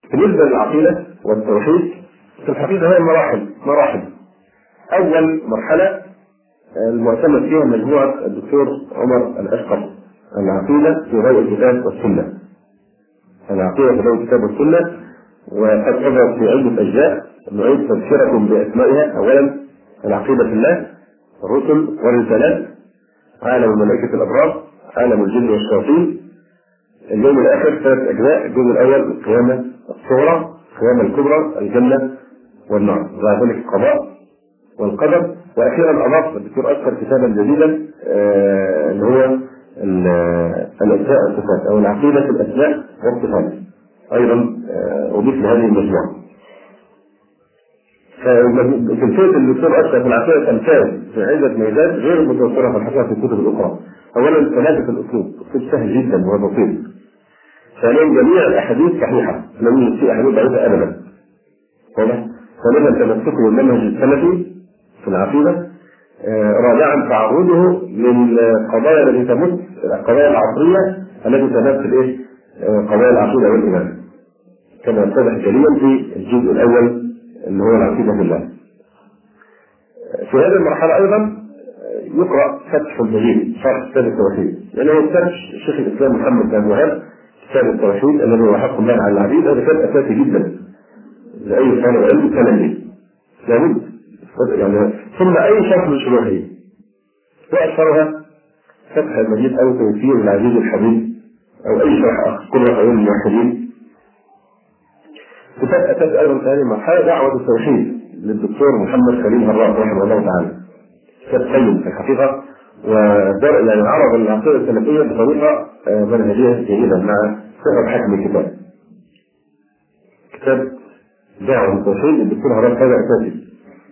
بالنسبة للعقيدة والتوحيد في الحقيقة هي مراحل. أول مرحلة المعتمد فيها مجموعة الدكتور عمر الأشقر، العقيدة في ضوء الكتاب والسنة. العقيدة في ضوء الكتاب والسنة، وقد كتب في عدة أجزاء. نعيد تذكركم بأسمائها. أولا العقيدة في الله، الرسل والرسالات، عالم الملائكة الأبرار، عالم الجن والشياطين، اليوم الآخر، 3 أجزاء. الجزء الأول القيامة الصغرى، القيامة الكبرى، الجنة والنار، وبعد ذلك القضاء والقدر، وأخيرا أضاف الدكتور أشقر كتابا جديدا اللي هو الأسماء والصفات أو العقيدة في الأسماء والصفات، أيضا أضيف لهذه المجموعة. فسلسلة الدكتور أشقر في العقيدة تمتاز في عدة ميزات غير متوفرة في الحقيقة في الكتب الأخرى. أولا سلاسة الأسلوب سهل جدا وبسيط. ثانيا جميع الأحاديث صحيحة، لم يكن في أحاديث ضعيفة أبدا. واضح؟ ثالثا تمسكه بالمنهج السلفي في العقيدة. رابعا تعرضه للقضايا التي تمس القضايا العصرية التي تمس قضايا العقيدة والإيمان، كما اتضح جليا في الجزء الأول اللي هو العقيدة بالله. في هذه المرحلة أيضا يقرأ فتح المجيد شرح كتاب التوحيد، لأنه يفترش الشيخ الإسلام محمد بن عبد الوهاب كتاب التوحيد الذي هو حق الله على العبيد. هذا كتاب أساسي جدا لأي طالب علم كان لي لابد يعني. ثم أي شرح من شروحه، وأشهرها فتح المجيد أو تيسير العزيز الحبيب أو أي شرح آخر، كل علوم الموحدين. كتاب أساس أيضا في هذه المرحلة دعوة التوحيد للدكتور محمد خليل هراس رحمه الله تعالى. كتاب قيم في الحقيقة، يعني عرض العقيدة السلفية بطريقة منهجية جيدة مع صفة حكم الكتاب. كتاب دعوة التوحيد للدكتور هراس هذا أساسي.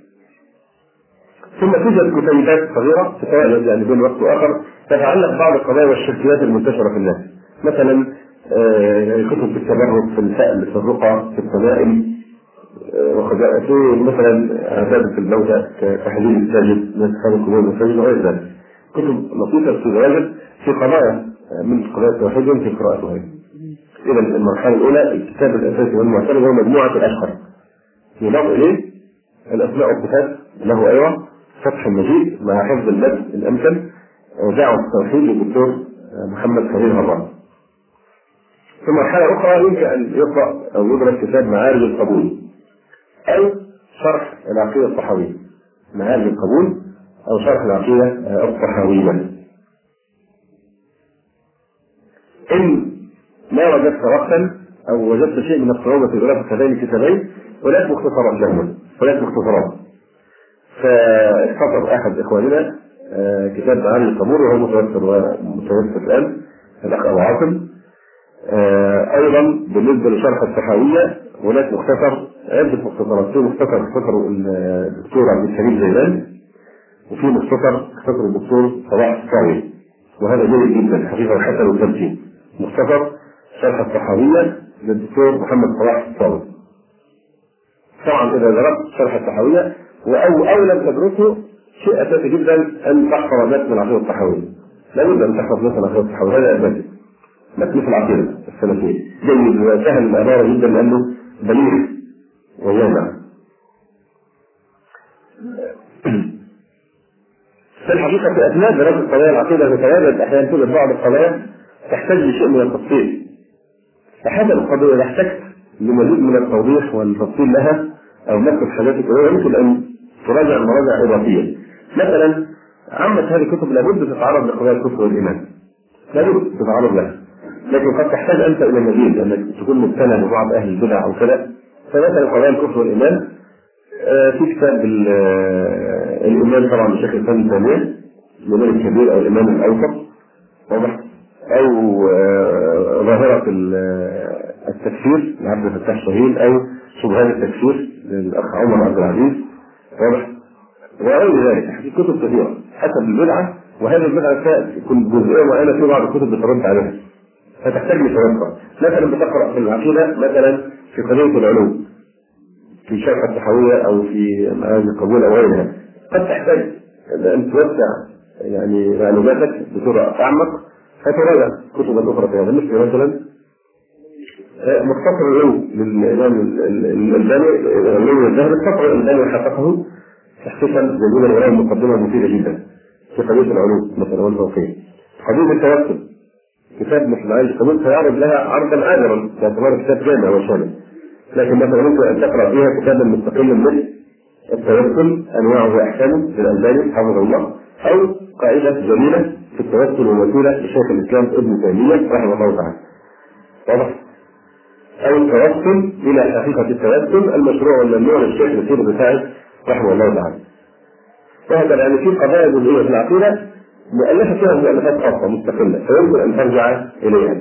ثم توجد كتيبات صغيرة تتوالد يعني بين وقت وآخر تتعلق بعض القضايا والشركيات المنتشرة في الناس، مثلا كتب في التبرك، في الفأل، في الرقى، في التمائم، في مثلا عبادة الموتى كتحليل الساجد من اتخاذ القبور والمساجد وغير ذلك. كتب لطيفة تتواجد في قضايا من قضايا التوحيد يمكن قراءتها. إذا المرحلة الأولى الكتاب الأساسي والمعتمد هو مجموعة الأشهر، يضاف إليه الأسماء والصفات له أيضا، فتح المجيد مع حفظ المد الأمثل، دعوة التوحيد للدكتور محمد خليل هراس. في مرحلة أخرى يمكن أن يقرأ أو يدرس كتاب معارج القبول أو شرح العقيدة الطحاوية، معارج القبول أو شرح العقيدة الطحاوية. إن ما وجدت رأسا أو وجدت شيء من الصعوبة في دراسة هذين الكتابين هناك مختصرات لهما، هناك مختصرات. فاختصر أحد إخواننا كتاب معارج القبول وهو متوفر الآن، الأخ أبو عاصم. أيضا بالنسبة لشرح الطحاوية هناك مختصر، عدة مختصرات. في مختصر الدكتور عبد الحليم زيدان، وفي مختصر الدكتور صلاح الصاوي، وهذا جيد جدا حقيقة حسن التمثيل. مختصر شرح الطحاوية للدكتور محمد صلاح الصاوي. طبعا إذا درست شرح الطحاوية أو لم تدرسه، شيء أساسي جدا أن تحفظ متن العقيدة الطحاوية. لا بد أن تحفظ متن العقيدة الطحاوية، هذا أساسي. متن في العقيدة السلفية جيد وسهل الأمارة جدا لأنه بليغ وجامع. في الحقيقة في أثناء دراسة قضايا العقيدة تتواجد أحيانا توجد بعض القضايا تحتاج لشيء من التفصيل. فحسب القضية إذا احتجت لمزيد من التوضيح والتفصيل لها أو نكتب حاجات كثيرة يمكن أن تراجع مراجع إضافية. مثلا عامة هذه الكتب لابد تتعرض لقضايا الكفر والإيمان، لابد تتعرض لها، لكن قد تحتاج أنت إلى مزيد أنك تكون مبتلى ببعض أهل البدع أو كذا. فمثلا قضايا الكفر والإيمان في كتاب الإمام طبعا الشيخ الإسلام ابن تيمية، الإمام الكبير أو الإمام الأوسط، واضح، أو ظاهرة التكفير لعبد الفتاح الشهيد، أو شبهات التكفير للأخ عمر عبد العزيز، واضح، وغير ذلك. في كتب كثيرة حسب البدعة، وهذه البدعة تكون جزئية معينة في بعض الكتب بترد عليها فتحتاج لتوسع. مثلا بتقرأ في العقيدة مثلا في قضية العلوم في شرح الطحاوية أو في معارج القبول أو غيرها، قد تحتاج أن توسع يعني معلوماتك بصورة أعمق فتراجع كتبا أخرى في هذا. مثل مثلا مختصر العلو للإمام الألباني الذهبي، مختصر الألباني حققه تحقيقا جميلا وله مقدمة مفيدة جدا في قضية العلوم مثلا والفوقية. قضية التوسل كتاب مثل هذا القانون سيعرض لها عرضا عابرا باعتباره كتاب جامع وشامل، لكن مثلا ممكن ان تقرا فيها كتابا مستقلا مثل التوسل انواعه واحكامه للالباني حفظه الله، او قاعده جميله في التوسل ووسيله لشيخ الاسلام ابن تيميه رحمه الله تعالى. واضح؟ او التوسل الى حقيقه التوسل المشروع والممنوع للشيخ الكبير الرفاعي رحمه الله تعالى. وهكذا يعني في قضايا جزئيه في العقيده مؤلفه فيها مؤلفات خاصه مستقله فيمكن ان ترجع اليها.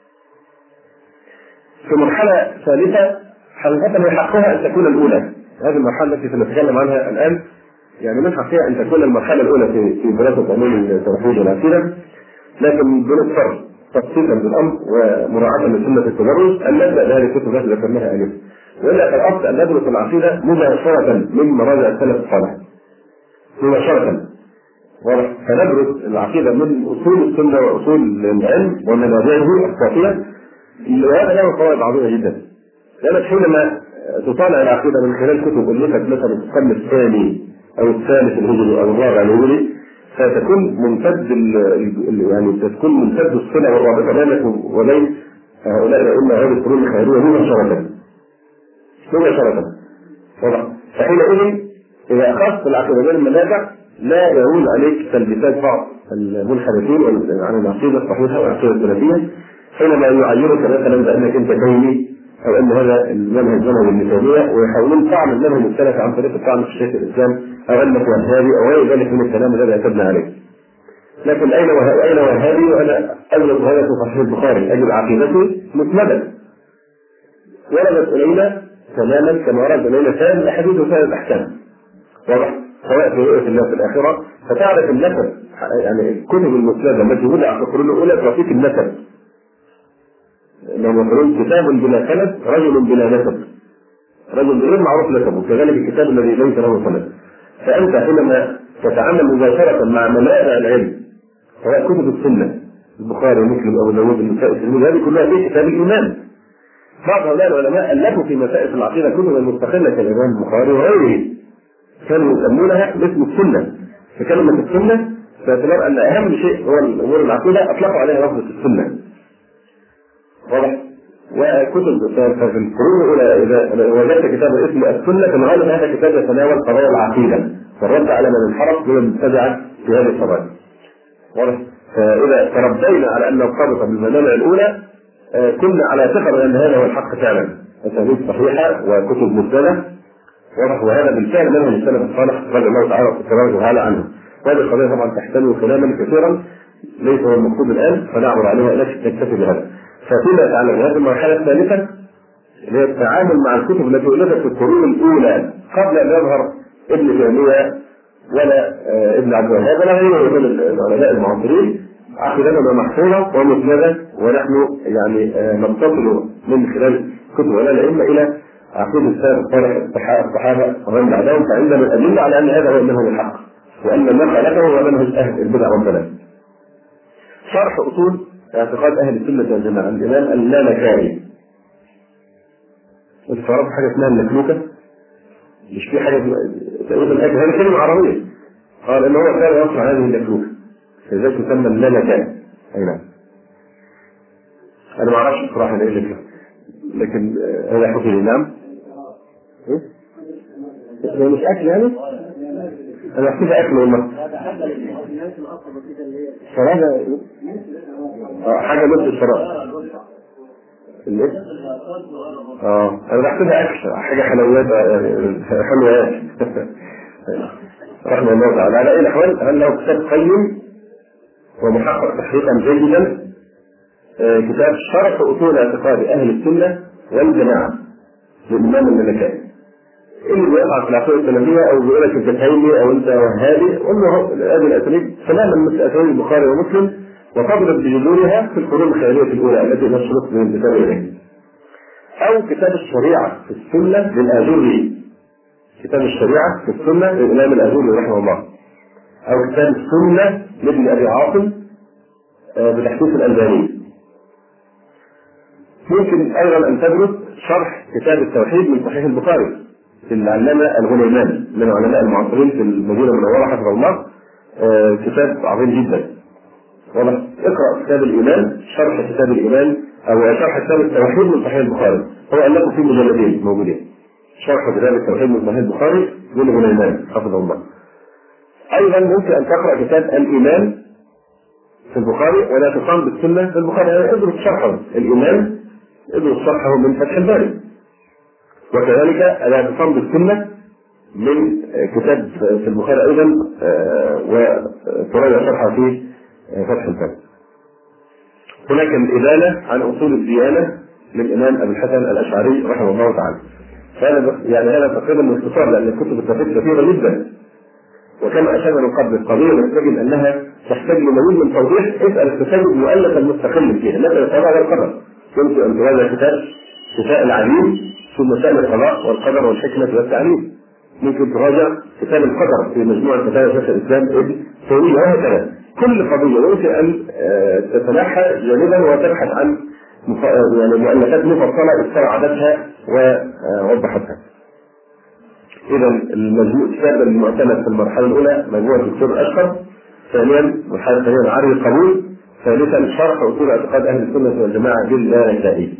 في مرحله ثالثه حقيقه هي حقها ان تكون الاولى، هذه المرحله التي سنتكلم عنها الان يعني من حقها ان تكون المرحله الاولى في دراسه علوم التوحيد والعقيده، لكن بنضطر تبسيطا بالامر ومراعاه لسنه التدرج ان نبدا بهذه الكتب التي ذكرناها انفا، والا فالاصل ان ندرس العقيده مباشره من مراجع السلف الصالح مباشره. واضح؟ فندرس العقيده من اصول السنه واصول العلم ومنابعه الصافيه، وهذا له فوائد عظيمه جدا. لانك حينما تطالع العقيده من خلال كتب الفت مثلا في القرن الثاني او الثالث الهجري او الرابع الهجري فتكون ممتد يعني تكون ممتد الصله والرابطه بينك وبين هؤلاء الائمه هذه القرون الخيريه مباشره. واضح؟ فحينئذ اذا اخذت العقيده من المنابع لا يهون عليك تلبيسات بعض المنحرفين عن العقيده الصحيحه والعقيده السلفيه حينما يعيرك مثلا بانك انت تيمي او ان هذا المنهج منهج ابن تيميه ويحاولون طعن المنهج السلفي عن طريق الطعن في شيخ الاسلام او انك وهابي او غير ذلك من الكلام الذي اعتدنا عليه. لكن اين وهابي وانا اجد هذا في صحيح البخاري اجد عقيدته مسنده وردت الينا تماما كما وردت الينا سائر الاحاديث وسائر الاحكام. واضح؟ سواء في رؤيه الله في الاخره فتعرف النسب يعني الكتب المسنده التي وضعت في القرون الاولى تعطيك النسب. لما يقولون كتاب بلا سند رجل بلا نسب، رجل غير معروف نسبه، وكذلك الكتاب الذي ليس له سند. فانت حينما تتعامل مباشره مع منابع العلم سواء كتب السنه البخاري ومسلم او داوود النسائي الترمذي هذه كلها في كتاب الايمان. بعض هؤلاء العلماء الفوا في مسائل العقيده كتبا مستقله كالامام البخاري وغيره كانوا يسمونها باسم السنه، فكلمه السنه باعتبار ان اهم شيء هو امور العقيده اطلقوا عليها لفظه السنه. واضح؟ وكتب في القرون الاولى اذا وجدت كتاب اسمه السنه كان غالبا هذا كتاب يتناول قضايا العقيده والرد على من انحرف من المبتدعه في هذه القضايا. واضح؟ فاذا تربينا على ان نرتبط بالمنابع الاولى كنا على ثقه ان هذا هو الحق فعلا، اساليب صحيحه وكتب مسنده. واضح؟ وهذا بالفعل منهج السلف الصالح رضي الله تعالى عنه. وهذه القضيه طبعا تحتمل كلاما كثيرا ليس هو المقصود الان فنعبر عليها نكتفي بهذا. ففيما يتعلق هذه المرحله الثالثه اللي هي التعامل مع الكتب التي الفت في القرون الاولى قبل ان يظهر ابن تيميه ولا ابن عبد الوهاب ولا غيره من العلماء المعاصرين، عقيدتنا محفوظه ومسنده ونحن يعني نتصل من خلال كتب الائمه الى عقيده السلف الصالح الصحابه ومن بعدهم، فعندنا الادله على ان هذا هو المنهج الحق وان من خالفه هو منهج اهل البدع والضلال. شرح اصول اعتقاد اهل السنه والجماعه الامام اللالكائي. انت تعرف حاجه اسمها اللكلوكه؟ مش في حاجه تقريبا هذه كلمه عربيه. قال ان هو كان يصنع هذه اللكلوكه لذلك تسمى اللالكائي. اي نعم. انا ما اعرفش بصراحه ايه اللكلوكه لكن هذا حكي لي. نعم. ايه؟ مش اكل يعني؟ انا احسبها اكل والله. شرابه حاجه مثل الشراب. الايه؟ انا بحسبها اكل حاجه حلويات حلويات. رحمه الله تعالى. على اي الاحوال هل له كتاب قيم ومحقق تحقيقا جيدا كتاب شرح اصول اعتقاد اهل السنه والجماعه للامام اللالكائي. اللي بيقع في العقيده السلفيه او بيقول لك انت تيمي او انت وهابي قلنا هذه الاساليب تماما مثل اساليب البخاري ومسلم وتضرب بجذورها في القرون الخيريه الاولى التي نشرت من الكتاب اليه. او كتاب الشريعه في السنه للاجري، كتاب الشريعه في السنه للامام الاجري رحمه الله، او كتاب السنه لابن ابي عاصم بتحقيق الالباني. ممكن ايضا ان تدرس شرح كتاب التوحيد من صحيح البخاري للعلامه الغنيمان من العلماء المعاصرين في المدينه المنوره حفظه الله. كتاب عظيم جدا. واضح؟ اقرا كتاب الايمان، شرح كتاب الايمان او شرح كتاب التوحيد من صحيح البخاري، هو الفه في مجلدين موجودين. شرح كتاب التوحيد من صحيح البخاري للغنيمان حفظه الله. ايضا ممكن ان تقرا كتاب الايمان في البخاري ولا تصام بالسنه في البخاري، يعني ادرس شرحه الايمان، ادرس شرحه من فتح الباري، وكذلك لا تصام بالسنه من كتاب في البخاري ايضا وتراجع شرحه في فتح الباري. هناك الإبانة عن أصول الديانة للإمام أبي الحسن الأشعري رحمه الله تعالى. هذا تقريبا باختصار لأن الكتب التوحيد كثيرة جدا، وكما أشرنا من قبل القضية نستجد أنها تحتاج لمزيد من توضيح. اسأل الكتاب مؤلفا مستقلا فيها، مثلا القضاء والقدر يمكن أن تراجع كتاب شفاء العليم في مسائل القضاء والقدر والحكمة والتعليم، ممكن تراجع كتاب القدر في مجموعة فتاوى شيخ الإسلام ابن تيمية، وهكذا. كل قضية يمكن أن تتنحى جانبا وتبحث عن مؤلفات مفصلة استوعبتها ووضحتها. إذا المجموع الكتاب المعتمد في المرحلة الأولى مجموعة الدكتور الأشقر، ثانيا المرحلة الثانية عرض القبول، ثالثا شرح أصول اعتقاد أهل السنة والجماعة باللانكائي.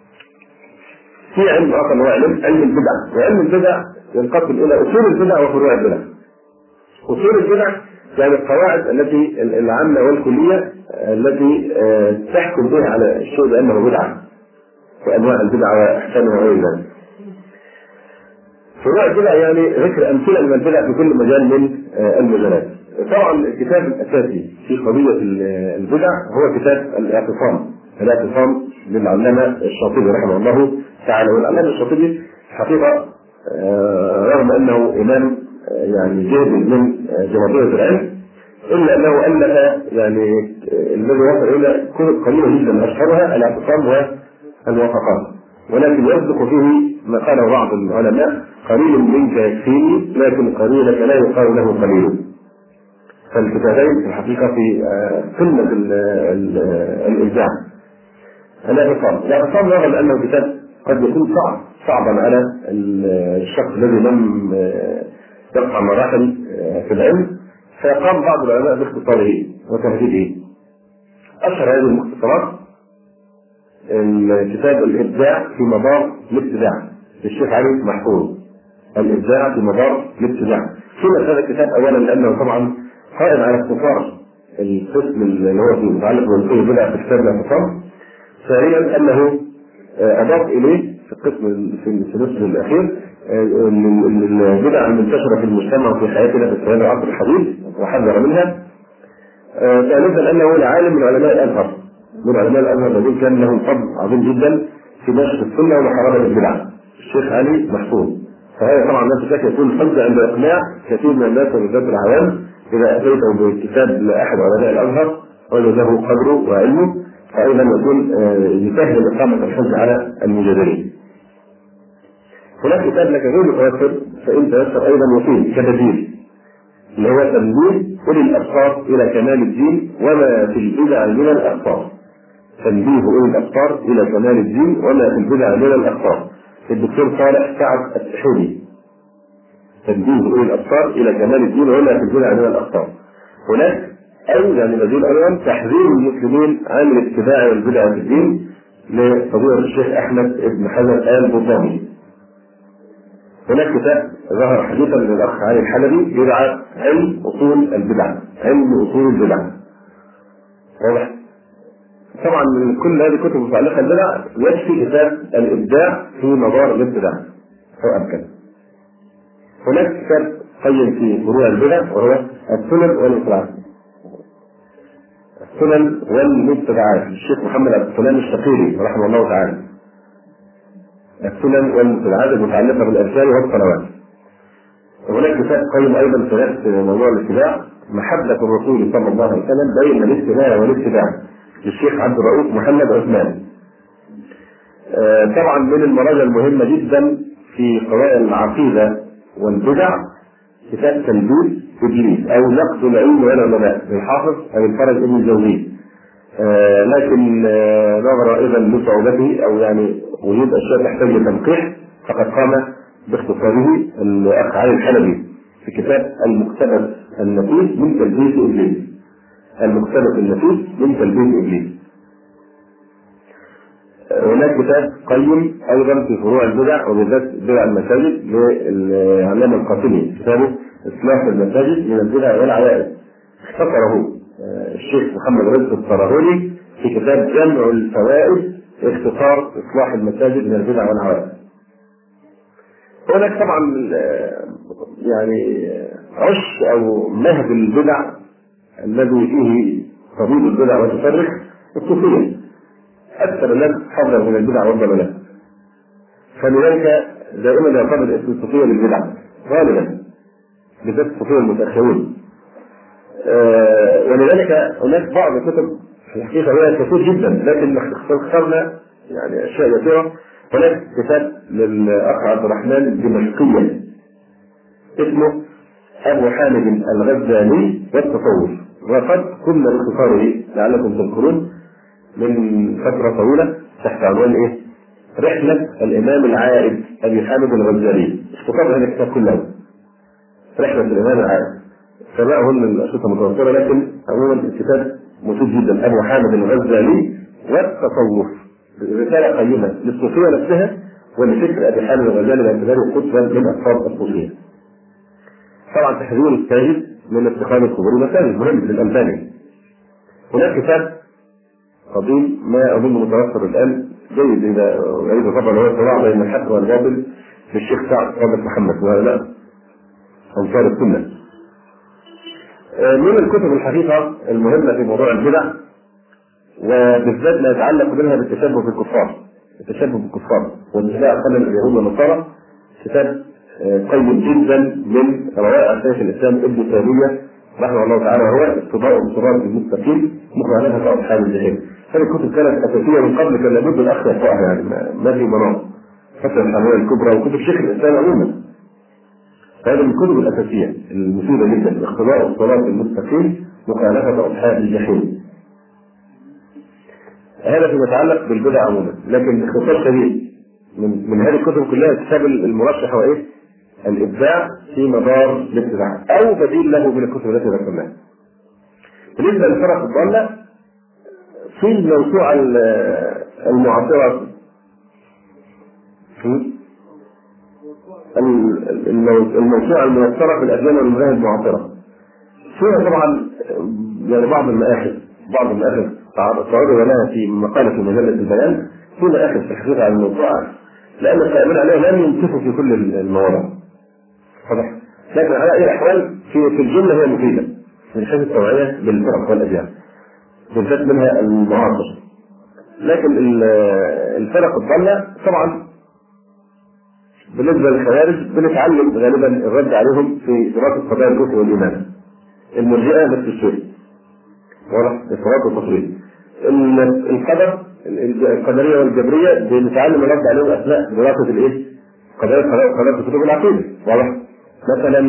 في علم آخر هو علم البدع، وعلم البدع ينقسم إلى أصول البدع وفروع البدع. أصول البدع يعني القواعد التي العامة والكلية التي تحكم بها على الشيء بأنه بدعة، وأنواع البدع وأحكامها وغير ذلك. فروع البدع يعني ذكر أمثلة من البدع في كل مجال من المجالات. طبعا الكتاب الأساسي في قضية البدع هو كتاب الاعتصام للعلامة الشاطبي رحمه الله تعالى. والعلامة الشاطبي حقيقة رغم أنه إمام يعني جاهز من جماهير العلم، إلا أنه ألف يعني الذي وصل إلى كتب قليلة جدا، أشهرها الاعتصام والوافقات، ولكن يصدق فيه ما قاله بعض العلماء: قليل منك يكفيني لكن قليلك لا يقال له قليل. فالكتابين في الحقيقة في قمة الإبداع. الاعتصام رغم أنه كتاب قد يكون صعبا على الشخص الذي لم يقطع مراحل في العلم، فقام بعض العلماء باختصاره وتهذيبه. أشهر هذه المختصرات الكتاب الإبداع في مدار الابتداع للشيخ علي محفوظ. الإبداع في مدار الابتداع. قيمة هذا الكتاب أولا لأنه طبعا قائم على اختصار القسم اللي هو فيه متعلق بالأصول البدع في كتاب الاعتصام. ثانيا أنه أضاف إليه في القسم في النصف الأخير البدع المنتشرة في المجتمع وفي حياتنا في هذا العصر الحديث وحذر منها. ثالثا أنه لعالم من علماء الأزهر، الذين كان له فضل عظيم جدا في نشر السنة ومحاربة البدع، الشيخ علي محفوظ. فهذا طبعا لا شك يكون حجة عند إقناع كثير من الناس وبالذات العوام إذا أتيته بالكتاب لأحد علماء الأزهر وله قدره وعلمه، فأيضا يكون يسهل إقامة الحجة على المجادلين. هناك كتاب لك غير متوفر فإن تيسر أيضا وفيه كبديل، اللي هو تنبيه أولي الأبصار إلى كمال الدين وما في البدع من الأخطار. تنبيه أولي الأبصار إلى كمال الدين وما في البدع من الأخطار، الدكتور صالح سعد السحوري. تنبيه أولي الأبصار إلى كمال الدين وما في البدع من الأخطار. هناك يعني بديل أيضا تحذير المسلمين عن الاتباع والبدع في الدين لفضيلة الشيخ أحمد بن حجر آل بطامي. هناك كتاب ظهر حديثا للأخ علي الحلبي يدعى علم أصول البدع. واضح؟ طبعا من كل هذه الكتب المتعلقة بالبدع يكفي كتاب الإبداع في مدار الابتداع هو أمكن. هناك كتاب قيم في فروع البدع وهو السنن والمبتدعات للشيخ محمد عبد السلام الشقيري رحمه الله تعالى. السنن والمبتدعات المتعلقة بالأذكار والصلوات. وهناك كتاب قيم أيضا في نفس موضوع الاتباع: محبة الرسول صلى الله عليه وسلم بين الاتباع والاتباع للشيخ عبد الرؤوف محمد عثمان. طبعا من المراجع المهمة جدا في قضايا العقيدة والبدع كتاب تلبيس إبليس أو نقد العلم والعلماء للحافظ أبي الفرج ابن الجوزي. لكن نظرا ايضا لصعوبته او يعني وجود اشياء تحتاج لتنقيح، فقد قام باختصاره الاخ علي الحلبي في كتاب المقتبس النفيس من تلبيس ابليس. المقتبس النفيس من تلبيس ابليس. هناك كتاب قيم ايضا في فروع البدع وبالذات بدع المساجد للعلامه القاسمي، كتابه اصلاح المساجد من البدع والعوائد. اختصره الشيخ محمد رزق الطراهوني في كتاب جمع الفوائد، اختصار اصلاح المساجد من البدع والعوائد. هناك طبعا يعني عش او مهد البدع الذي فيه طبيب البدع والتفرق الصوفيه. اكثر الناس حذر من البدع والضلالات، فلذلك دائما يعتبر اسم الصوفيه بالبدع غالبا، بالذات الصوفيه المتاخرين. ولذلك هناك بعض الكتب في الحقيقه هي كثير جدا، لكن اخترنا يعني اشياء يسيره. هناك كتاب للاخ عبد الرحمن الدمشقي اسمه ابو حامد الغزالي والتصوف، وقد كنا باختصاره لعلكم تذكرون من فتره طويله تحت عنوان ايه؟ رحله الامام العائد ابي حامد الغزالي. اختصار هذا الكتاب كله رحله الامام العائد، سماء من الاشرطه متوفره، لكن عموما الكتاب مفيد جدا. ابو حامد الغزالي والتصوف، رساله قيمه للصوفيه نفسها ولفكر ابي حامد الغزالي باعتباره قطبا من اقطاب الصوفيه. طبعا تحذير الساجد من اتخاذ القبور مساجد مهم للامثال. هناك كتاب قديم ما اظن متوفر الان جيد اذا اريد طبعا هو الصراع بين الحق والباطل للشيخ سعد صادق محمد وهؤلاء انصار السنه. من الكتب الحقيقه المهمه في موضوع البدع وبالذات ما يتعلق منها بالتشبه بالكفار، التشبه بالكفار والنزاع بين اليهود والنصارى، كتاب قيم جدا من روائع شيخ الاسلام ابن تيميه رحمه الله تعالى، هو اقتضاء الصراط المستقيم مخالفه اصحاب الجحيم. هذه الكتب كانت اساسيه من قبل، كان لابد الاخ يقراها يعني ما في مناط، فتح الحمويه الكبرى وكتب شيخ الاسلام عموما. هذه من الكتب الاساسيه المفيده جدا، اقتضاء الصراط المستقيم مخالفه اصحاب الجحيم. هذا فيما يتعلق بالبدع عموما، لكن باختصار شديد من هذه الكتب كلها الكتاب المرشح هو ايه؟ الابداع في مدار الابتداع او بديل له من الكتب التي ذكرناها. بالنسبه للفرق الضاله في الموسوعه المعاصره، الموسوعه الميسره في الاديان والمذاهب المعاصره، فيها طبعا يعني بعض المآخذ تعرض لها في مقاله في مجله البيان، في مآخذ في الحقيقه على الموسوعه لان القائمين عليها لم ينصفوا في كل المواضع. واضح؟ لكن على اي الاحوال في الجمله هي مفيده من حيث التوعيه بالفرق والاديان بالذات منها المعاصر. لكن الفرق الضاله طبعا بالنسبه للخوارج بنتعلم غالبا الرد عليهم في دراسه قضايا الكفر والايمان. المرجئه نفس الشيء، واضح؟ الصراط والتصريف. القدر القدريه والجبريه بنتعلم الرد عليهم اثناء دراسه الايه؟ قضايا كتب العقيده، واضح؟ مثلا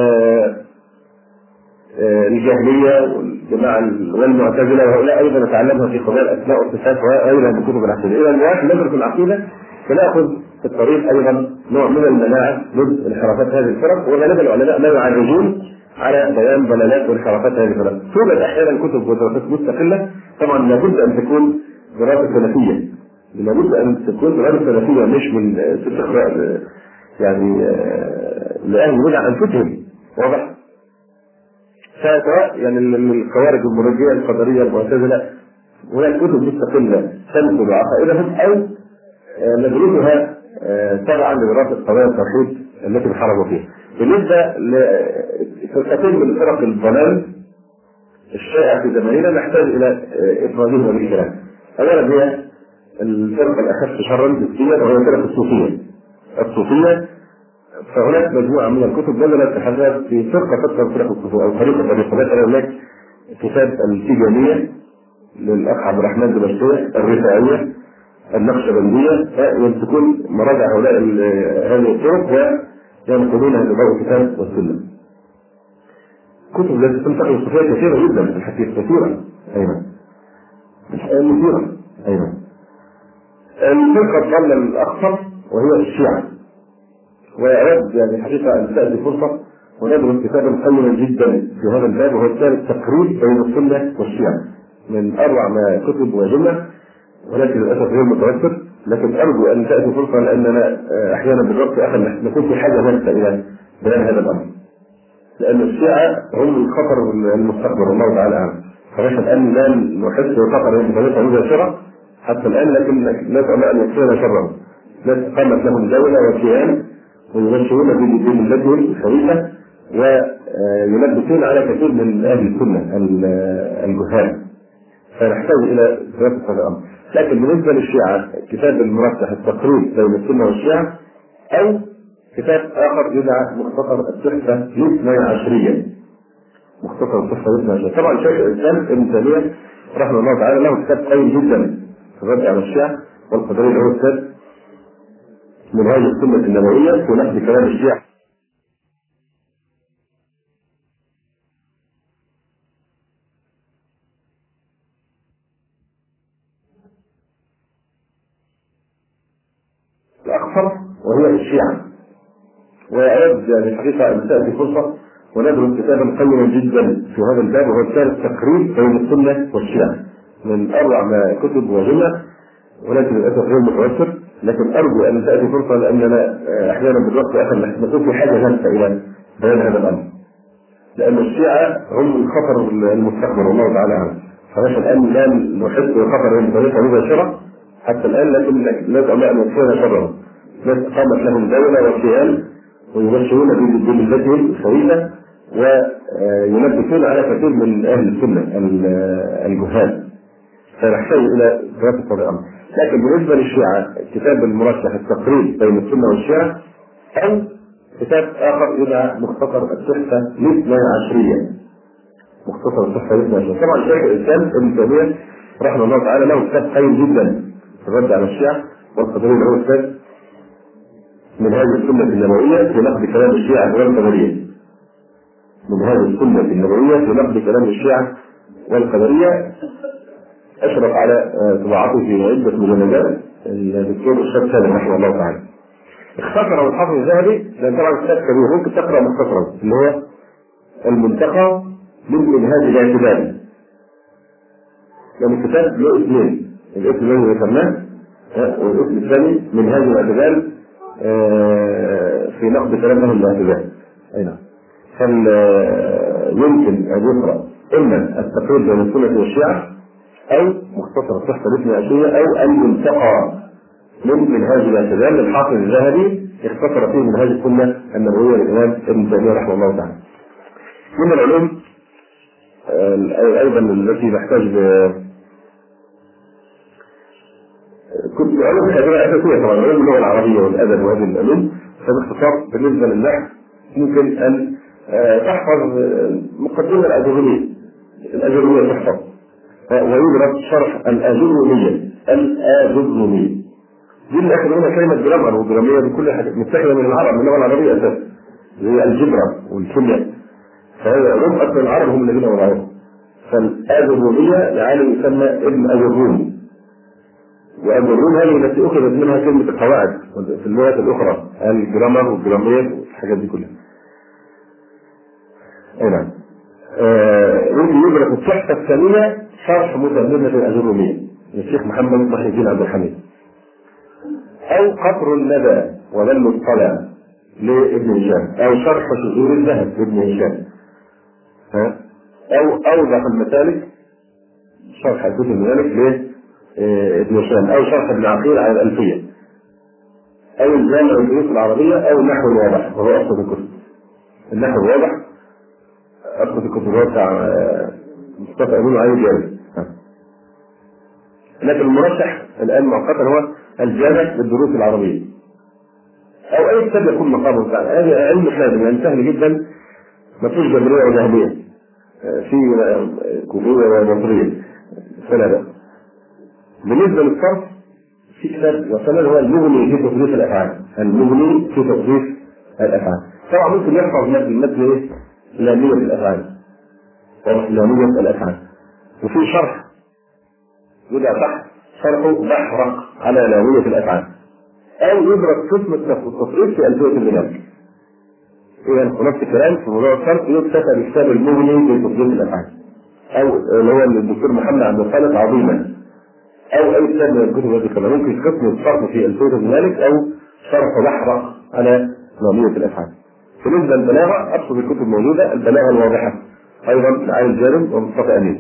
الجاهليه والجماعه والمعتزله وهؤلاء ايضا نتعلمها في قضايا الاسماء والصفات وغيرها من كتب العقيده. اذا الواحد ندرس العقيده فناخذ في الطريق ايضا نوع من المناعه ضد انحرافات هذه الفرق، وغالبا العلماء لا يعالجون على بيان ضلالات وانحرافات هذه الفرق. توجد احيانا كتب ودراسات مستقله، طبعا لابد ان تكون دراسه سلفيه، لابد ان تكون دراسه سلفيه مش من تقرا يعني لاهل البدع انفسهم، واضح؟ سواء يعني من الخوارج المرجئه القدريه المعتزله هناك كتب مستقله تنقل عقائدهم او ندرسها تبعا لدراسه قضايا التوحيد التي انحرفوا فيها. بالنسبه لكثير من فرق الضلال الشائع في زماننا نحتاج الى افرادهما بالكلام. اولا هي الفرقه الاخف شرا نسبيا وهي الفرقه الصوفيه. فهناك مجموعه من الكتب نزلت تحدث في فرقه فرق الصوفيه او طريقه الطريقه. مثلا هناك كتاب التيجانيه للاخ عبد الرحمن الدمشقي، الرفاعيه، النقشبنديه، يمسكون مراجع هؤلاء هذه الطرق وينقلونها بضوء الكتاب والسنه. كتب التي تنتقل الصوفيه كثيره جدا في الحقيقه، كثيره ايضا. مثيرة. أيوه. الفرقة الضالة الأخطر وهي الشيعة، وأود يعني الحقيقة أن تأتي فرصة وندرس كتابا قيما جدا في هذا الباب، وهو كتاب التقريب بين السنة والشيعة، من أروع ما كتب وجملة، ولكن للأسف غير متوفر. لكن أرجو أن تأتي فرصة، لأننا أحيانا بالوقت نكون في حاجة ماسة إلى بيان هذا الأمر، لأن الشيعة هم الخطر المستقبل والله تعالى أعلم. فنحن الآن لا نحس بخطر المتنفع مباشرة حتى الآن، لكن نسأل أن يكفينا شره. ناس قامت لهم دولة وكيان ويبشرون بملتهم الشريفة، ويلبسون على كثير من أهل السنة الجهال، فنحتاج إلى دراسة هذا الأمر. لكن بالنسبة للشيعة كتاب المرشح التقريب بين السنة والشيعة، أو كتاب آخر يدعى مختصر التحفة الاثني عشرية. مختصر التحفة الاثني عشرية طبعا شيخ الإسلام ابن تيمية رحمه الله تعالى له كتاب قوي جدا في الرد على الشيعة والقدرية، اللي هو كتاب منهاج السنة النبوية في نقد كلام الشيعة. الأخطر وهي الشيعة، وأود يعني الحقيقة أن تأتي فرصة وندرس كتابا قيما جدا في هذا الباب، وهو كتاب التقريب بين السنة والشيعة، من أروع ما كتب وجملة، ولكن للأسف غير متوفر. لكن أرجو أن تأتي فرصة، لأننا أحيانا بالوقت نكون في حاجة ماسة إلى بيان هذا الأمر، لأن الشيعة هم الخطر المستقبل والله تعالى أعلم. فنحن الآن لا نحس بخطر المتنفع مباشرة حتى الآن، لكن نسأل أن يكفينا شره. ناس قامت لهم دولة وكيان ويبشرون بملتهم الشريفة، ويلبسون على كثير من أهل السنة الجهال، فنحتاج إلى دراسة هذا الأمر. لكن بالنسبة للشيعة كتاب المرشح التقريب بين السنة والشيعة، أو كتاب آخر يدعى مختصر التحفة الاثني عشرية. مختصر التحفة الاثني عشرية طبعا شيخ الإسلام ابن تيمية رحمه الله تعالى له كتاب قيم جدا في الرد على الشيعة والقدرية، اللي هو كتاب منهاج السنة النبوية في نقد كلام الشيعة والقدرية. منهاج السنة النبوية في نقد كلام الشيعة والقدرية، أشرف على طباعته في عدة مجلدات الدكتور الشيخ سالم رحمه الله تعالى. اختصره الحافظ الذهبي، لأن طبعا كتاب كبير ممكن تقرأ مختصرا، اللي هو المنتقى من منهاج الاعتدال. لأن الكتاب له اسمين، الاسم الذي ذكرناه والاسم الثاني منهاج الاعتدال في نقد كلام أهل الاعتدال. أي نعم. يمكن أن يقرأ إما التقريب بين السنة والشيعة، أو مختصر التحفة الاثني عشرية، أو المنتقى من منهاج الاعتدال للحافظ الذهبي، اختصر فيه منهاج السنة النبوية للإمام ابن تيمية رحمه الله تعالى. من العلوم أيضا التي نحتاج كل علوم هذه أساسية طبعا، علوم اللغة العربية والأدب وهذه العلوم. فباختصار بالنسبة للنحو ممكن أن تحفظ مقدمة الأجرومية تحفظ، ويدرس شرح الأجرومية. دي اللي أخذ منها كلمة جرامر وجرامية، دي كل حاجة متخذة من العرب، من اللغة العربية أساسا، زي الجبرة والكيمياء، فهي علوم أصل العرب هم الذين وضعوها. فالأجرومية لعالم يسمى ابن أجروم، وأجروم هذه التي أخذت منها كلمة القواعد في اللغات الأخرى، الجرامر والجرامية والحاجات دي كلها. أي نعم. يمكن يدرس التحفة الثانية شرح متممة الأجرومية للشيخ محمد محي الدين عبد الحميد، أو قطر الندى وذل الطلع لابن هشام، أو شرح شذور الذهب لابن هشام، أو أوضح المسالك شرح الكتب المالك لابن هشام، أو شرح ابن عقيل على الألفية، أو الجامع الدروس العربية، أو النحو الواضح وهو أصل الكتب. النحو الواضح أصل الكتب هو بتاع مصطفى أبو علي جابر. لكن المرشح الآن مؤقتا هو الجامع للدروس العربية، أو أي كتاب يكون مقامه بتاعه. هذا علم حازم يعني سهل جدا، ما فيش جبرية وجهمية، في كوفية ومصرية فلا بأس. بالنسبة للصرف في كتاب وصلنا هو المغني في تصريف الأفعال، المغني في تصريف الأفعال. طبعا ممكن يحفظ مثل لامية الأفعال، لامية الأفعال، وفي شرح يدعى تحت شرحه بحرق على لاوية الأفعال، أو يدرس قسم التصريف في ألفية ابن مالك. إذا نفس الكلام في موضوع الصرف يكتفى بكتاب المغني في تصريف الأفعال، أو اللي هو الدكتور محمد عبد الخالق عظيما، أو أي كتاب من الكتب التي كان ممكن قسم الصرف في ألفية ابن مالك، أو شرح بحرق على لاوية الأفعال. بالنسبة للبلاغة أقصد الكتب موجودة، البلاغة الواضحة أيضا لعلي الجارم ومصطفى أمين.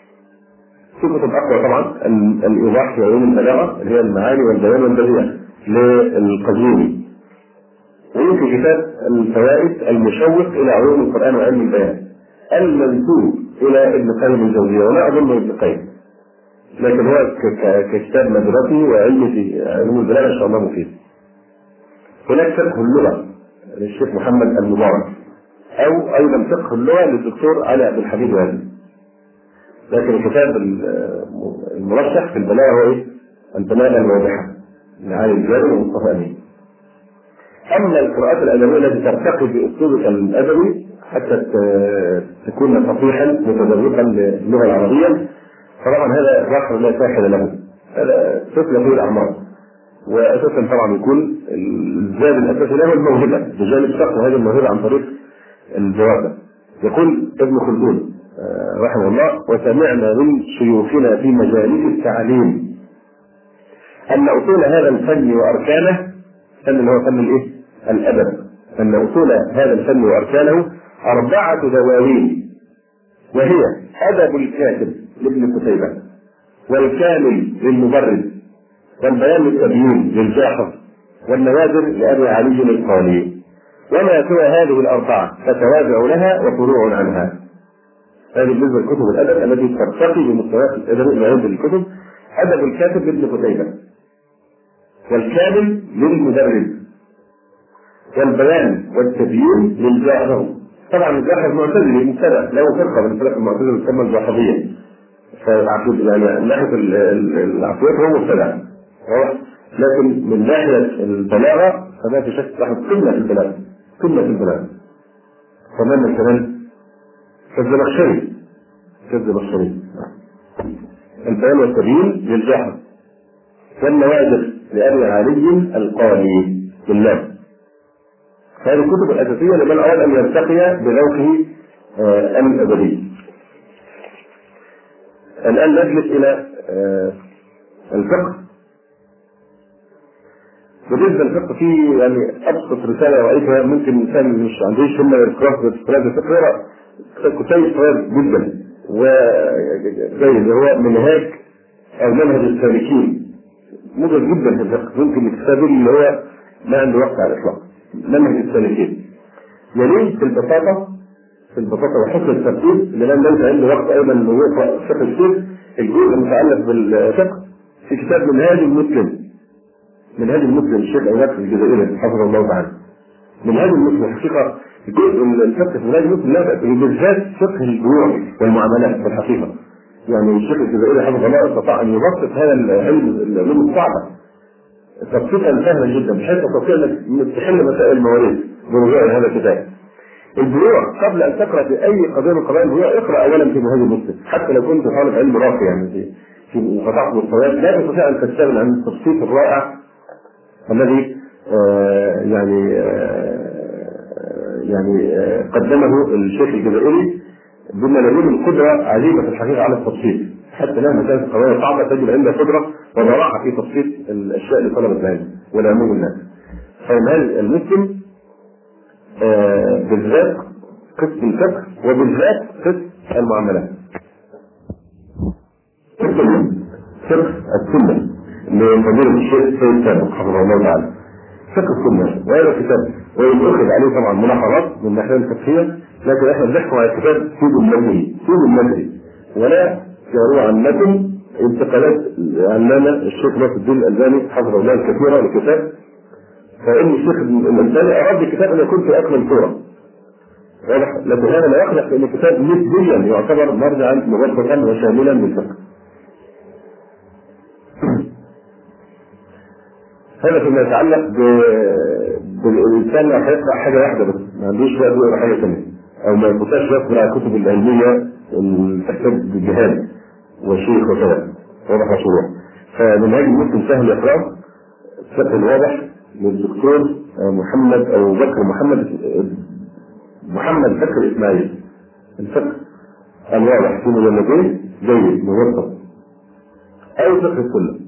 في كتب أقوى طبعا الإيضاح في علوم البلاغة اللي هي المعاني والبيان والبديع للقزويني، ويمكن كتاب الفوائد المشوق إلى علوم القرآن وعلم البيان المنسوب إلى ابن قيم الجوزية، ولا أظن ابن قيم، لكن هو ككتاب مدرسي وعلمي في علوم البلاغة إن شاء الله مفيد. هناك فقه اللغة للشيخ محمد المبارك، أو أيضا فقه اللغة للدكتور علي عبد الحميد وهذا. لكن الكتاب المرشح في البلاغة هو البلاغة الواضحة لعلي الجارم ومصطفى أمين. أما القراءات الأدبية التي ترتقي بأسلوبك الأدبي حتى تكون فصيحا متذوقا للغة العربية، طبعا هذا بحر لا ساحل له، هذا طفل فيه الأعمار، وأساسا طبعا يكون الزاد الأساسي له الموهبة بجانب شق هذه الموهبة عن طريق الدراسة. يقول ابن خلدون رحمه الله: وسمعنا من شيوخنا في مجالس التعليم أن أصول هذا الفن وأركانه، فن اللي هو فن الأدب، أن أصول هذا الفن وأركانه 4 دواوين، وهي أدب الكاتب لابن قتيبة، والكامل للمبرد، والبيان للتبيين للجاحظ، والنوادر لأبي علي القاني، وما سوى هذه 4 فتوابع لها وفروع عنها. هذه بالنسبة لكتب الأدب التي ترتقي بمستويات الأدب إلى عند الكتب. أدب الكاتب لابن قتيبة، والكامل للمدرب، والبيان والتبيين للجاحظ. طبعا الجاحظ معتزلي مبتدع، له فرقة من فرق المعتزلة تسمى الجاحظية، يعني من ناحية العقليات هو مبتدع، لكن من ناحية البلاغة فما في شك راح قمة في البلاغة، قمة في البلاغة. كمان كالزمخشري البيان والتبيين للجاحظ، والنوادر لأبي علي القاني بالله. هذه الكتب الأساسية لمن أراد أن يرتقي بذوقه الأدبي. الآن نجلس إلى الفقه. بالنسبة للفقه فيه يعني أبسط رسالة رأيتها ممكن الإنسان مش عندهش هم يذكرها في الفقه، يقرأ كتاب صغير جدا وزي اللي هو منهاج أو منهج السالكين، موجود جدا في الفقه، ممكن يكتب اللي هو ما عنده وقت على الإطلاق. منهج السالكين يليه في البساطة وحسن الترتيب، لأن ليس عنده وقت أيضا إنه يقرأ فقه كتير. الجزء المتعلق بالفقه في كتاب منهاج المسلم الشيخ أبو بكر الجزائري حفظه الله تعالى. منهاج المسلم حقيقة الجزء الفقه في منهاج المسلم لا بأس، بالذات فقه البيوع والمعاملات في الحقيقة. يعني الشيخ الجزائري حفظه الله استطاع أن يبسط هذا العلم الصعبة تبسيطا سهلا جدا، بحيث تستطيع أن تحل مسائل المواريث برجوع هذا الكتاب. البيوع قبل ان تقرا في اي قضيه من قضايا البيوع اقرا اولا في منهاج المسلم، حتى لو كنت طالب علم راقي يعني في قطاع مستويات لا تستطيع ان تستغنى عن التبسيط الرائع الذي قدمه الشيخ الجزائري بما له القدره عجيبه في الحقيقه على التبسيط، حتى مهما كانت القضايا صعبه تجد عنده قدره وبراعه في تبسيط الاشياء لطلبه العلم ولعموم الناس. فمنهاج المسلم بالذات قسم الفقه وبالذات قسم المعاملات. فقه السنة لفضيلة الشيخ سيد سابق حفظه الله تعالى، فقه السنة، وهذا كتاب ويؤخذ عليه طبعا ملاحظات من الناحية الفقهية، لكن احنا بنحكم على كتاب سيد المدني ولا جاروا عن متن انتقالات علامة الشيخ ناصر الدين الألباني حفظه الله الكثيرة لكتاب. فإن الشيخ الألباني أراد الكتاب أن يكون في أكمل صورة، لكن هذا لا يخلق أن الكتاب نسبيا يعتبر مرجعا مغطى وشاملا للفقه. هذا فيما يتعلق بالإنسان لا يقرأ حاجة واحدة بس، ما عندوش بقى يقرأ حاجة ثانية، أو ما يقرأش يقرأ الكتب العلمية اللي تحتاج جهاد وشيخ وكذا. واضح مشروع. فمنهاج المسلم سهل يقرأ، الفقه الواضح للدكتور محمد أو بكر محمد بكر إسماعيل، الفقه الواضح في مجلدين جيد موثق، أو فقه السنة.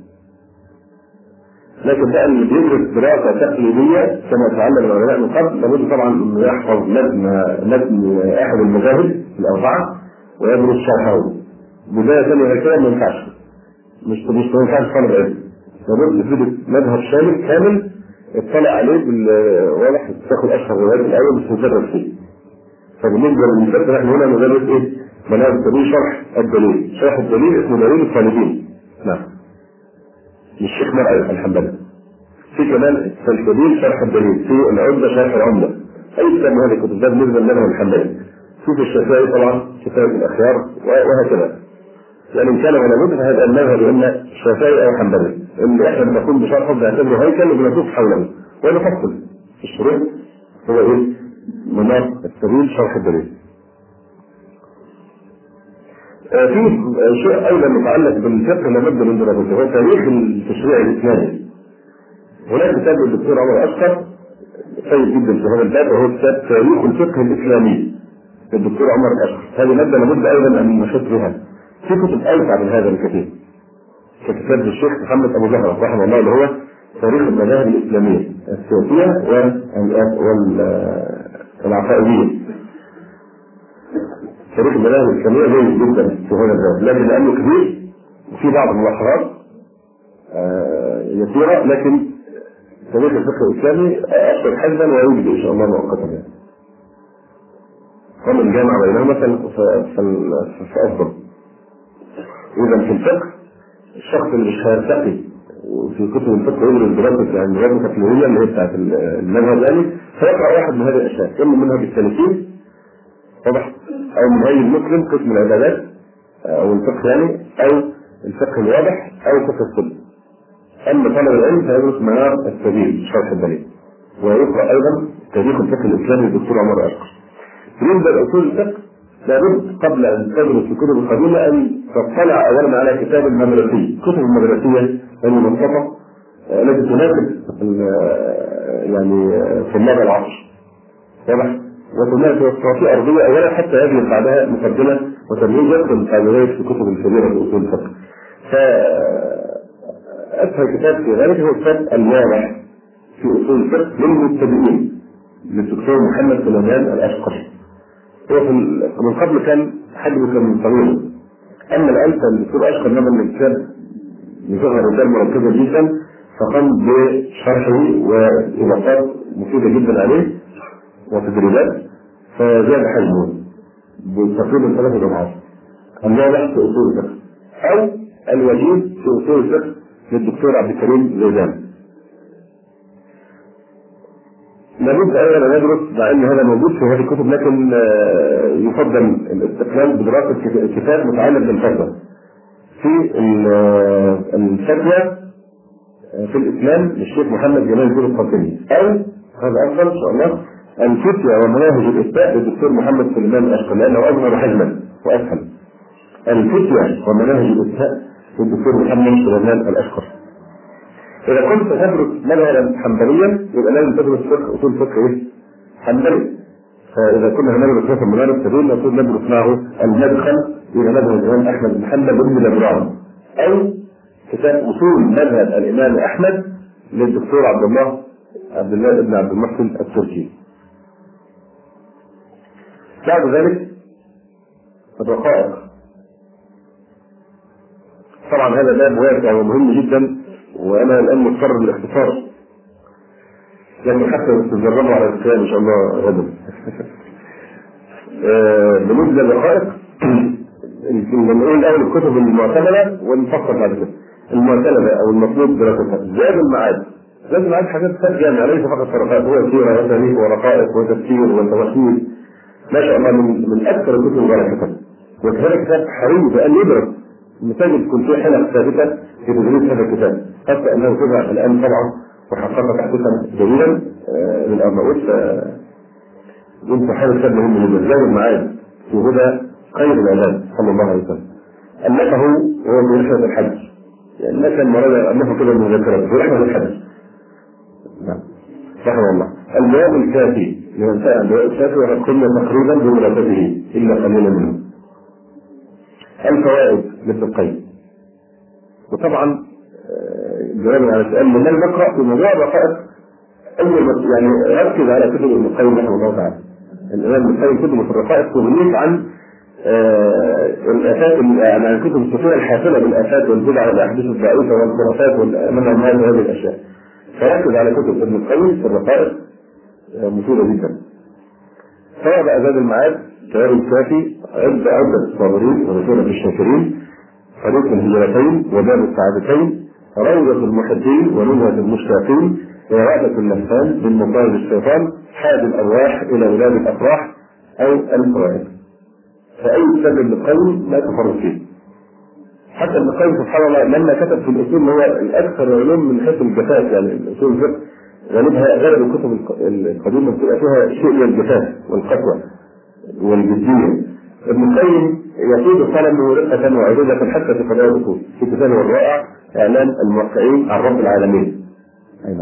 لكن بقى اللي بيدرس دراسة تقليدية كما تعلم العلماء من قبل لابد طبعا انه يحفظ متن احد المذاهب الاربعة ويدرس شرحه. بداية ثانية كده ما ينفعش، مش ينفعش طالب علم، لابد يدرس مذهب شامل كامل اطلع عليه بالواضح، تاخد اشهر الروايات الاول مش مجرد فيه. فبالنسبة للفقه احنا هنا ندرس ايه؟ منهج الدليل شرح الدليل، شرح الدليل اسمه دليل الطالبين. نعم. الشيخ مرعي الحنبلي. في كمان الدليل شرح الدليل، في العمدة شرح العمدة. أي كتاب من هذه الكتب ده بالنسبة لنا الحنبلي. في الشافعي طبعا كتاب الأخيار وهكذا. يعني إن كان ولا بد فهذا المذهب إما شافعي أو حنبلي. اللي إحنا بنقوم بشرحه بنعتبره هيكل وبنطوف حوله ونفصل الشروط. هو إيه؟ مناط الدليل شرح الدليل. في شيء أيضا متعلق بالفقه لابد من دراسته، هو تاريخ التشريع الإسلامي. هناك كتاب للدكتور عمر أشقر سيد جدا في هذا الباب، وهو كتاب تاريخ الفقه الإسلامي للدكتور عمر أشقر. هذه مادة لابد أيضا أن نشوف بها. في كتب أوسع من هذا بكثير، كتاب للشيخ محمد أبو زهرة رحمه الله اللي هو تاريخ المذاهب الإسلامية السياسية والعقائدية. تاريخ المذاهب الإسلامية جيد جدا في هذا الباب، لكن لأنه كبير وفي بعض الملاحظات يسيرة، لكن تاريخ الفقه الإسلامي أكثر حجما ويوجد إن شاء الله مؤقتا. ومن الجامعة بينهما فأفضل. إذا في الفقه الشخص اللي مش هيرتقي وفي كتب الفقه يدرس دراسة يعني دراسة تكنولوجية اللي هي بتاعت المذهب يعني، فيقرأ واحد من هذه الأشياء، إما منهج السلفيين واضح، أو منهج المسلم قسم العبادات أو الفقه يعني، أو الفقه الواضح أو فقه السنة. أما طلب العلم فيدرس منار السبيل شرح الدليل، ويقرأ أيضا تاريخ الفقه الإسلامي للدكتور عمر أشقر. بالنسبة لأصول الفقه لابد قبل أن تدرس الكتب القديمة أن تطلع أولا على كتاب المدرسي، كتب المدرسية المنظمة التي تناسب يعني طلاب العصر واضح، وتناسب في أرضية أولا حتى يجب بعدها مقدمة وتمهيد يدخل تعبيرات في كتب الكبيرة في أصول الفقه. أسهل كتاب في ذلك هو كتاب الواضح في أصول الفقه للمبتدئين للدكتور محمد سليمان الأشقر. هو من قبل كان حجمه كان طويل، أما الآن الدكتور أشقر نظم من الكتاب بظهر رسالة مركزة جدا، فقام بشرحه وإضافات مفيدة جدا عليه وتدريبات، فزاد حجمه بتقريبا 3 أضعاف. الواضح في أصول الفقه أو الوجيز في أصول الفقه للدكتور عبد الكريم زيدان. لابد أيضا أن ندرس، مع أن هذا موجود في هذه الكتب، لكن يفضل الاستقلال بدراسة كتاب متعلق بالفتوى. في الفتوى في الإسلام للشيخ محمد جمال الدين القاسمي، أو هذا أفضل إن شاء الله الفتوى ومناهج الإفتاء للدكتور محمد سليمان الأشقر، لأنه أكبر حجما وأسهل. الفتوى ومناهج الإفتاء للدكتور محمد سليمان الأشقر. إذا كنت تدرس مذهبا حنبليا يبقى لازم تدرس فقه أصول فقه إيه؟ حنبلي. فإذا كنا هندرس فقه المنار السبيل نقول ندرس معه المدخل إلى مذهب الإمام أحمد بن حنبل بن لبران، أو كتاب أصول مذهب الإمام أحمد للدكتور عبد الله بن عبد المحسن التركي. بعد ذلك الرقائق. طبعا هذا باب واسع ومهم جدا، وأنا الآن مضطر للاختصار يعني حتى تتدربوا على الكلام إن شاء الله غدا. بالنسبة للرقائق نقول الأول الكتب المعتمدة ونفكر بعد كده. المعتمدة أو المطلوب دراستها زاد المعاد. زاد المعاد حاجات جامعة ليس فقط رقائق، هو سيرة وتاريخ ورقائق وتفسير وتوحيد ما شاء الله من أكثر الكتب بركة. وكذلك كتاب حري بأن يدرس المساجد تكون فيه حلقة ثابتة في تدريس هذا الكتاب، حتى أنه تبع الآن طبعا وحقق تحديثا جميلا للأرناؤوط. وانت حال كتاب مهم جدا زاد المعاد في هدى خير العباد صلى الله عليه وسلم. ألفه وهو من رحلة الحج يعني مثلا مرة أنه كده المذكرات ورحمة الحدث. نعم رحمه الله. الجواب الكافي لمن سأل الجواب الكافي وقد قلنا تقريبا بمرتبه إلا قليلا منه. الفوائد لابن القيم. وطبعا جواب على سؤال من نقرأ في موضوع الرقائق أول يعني ركز على كتب ابن القيم رحمه الله تعالى. الإمام ابن القيم كتبه في الرقائق تغنيك عن الآفات عن الكتب الصوفية الحافلة بالآفات والبدع والأحاديث الضعيفة والخرافات والمنع من هذه الأشياء. فركز على كتب ابن القيم في الرقائق مفيدة جدا. سواء بقى زاد المعاد، جواب الكافي، عدة الصابرين ورسولة الشاكرين، طريق الهجرتين وباب السعادتين، روضة المحبين ونزهة المشتاقين، وإرادة اللسان من مصائب الشيطان، حاد الأرواح إلى بلاد الأفراح أو الفوائد. فأي كتاب ابن القيم لا تفرط فيه. حتى ابن القيم سبحان الله لما كتب في الأصول هو الأكثر علوم من حيث الجفاف، يعني الأصول الفقه غالبها غالب الكتب القديمة بتبقى فيها شيء من الجفاف والقسوة والجدية. ابن القيم يقود قلمه رقة وعدودة حتى في قضايا الأصول في كتابه الرائع إعلام الموقعين عن رب العالمين. أيضا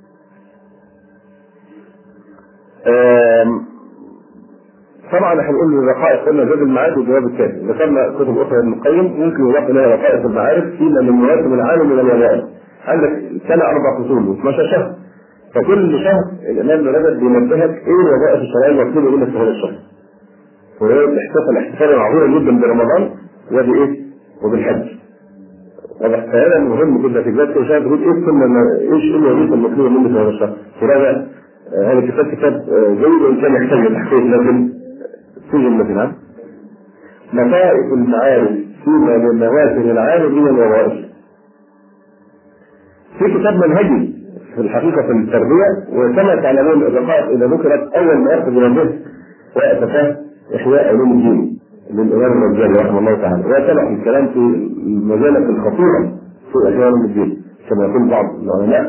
طبعا احنا بنقول الرقائق قلنا زاد المعاد وجواب الكافي. ذكرنا كتب اخرى ابن القيم ممكن يضاف اليها رقائق المعارف فيما من مواسم العالم من الوظائف. عندك سنه 4 فصول و12 شهر، فكل شهر الامام ابن رجب بينبهك ايه الوظائف الشرعيه المطلوبه منك في هذا الشهر. الاحتفال معقولا جدا برمضان وبايه؟ وبالحج. فهذا مهم جدا في بدايه كل شهر تقول ايه السنه ايش الوظيفه المطلوبه منك في هذا الشهر. فراجع هذا كتاب جيد وان كان يحتاج تحقيق لكن سجن مثلا نتائج المعارف فيما من مواسم العالم من الوظائف. في كتاب منهجي في الحقيقه في التربيه، وكما تعلمون الرقائق اذا ذكرت اول ما ياخذ من النهج واتفاه احياء علوم الدين للامام الغزالي رحمه الله تعالى، وسبق الكلام في المجالات الخطيره في احياء علوم الدين كما يقول بعض العلماء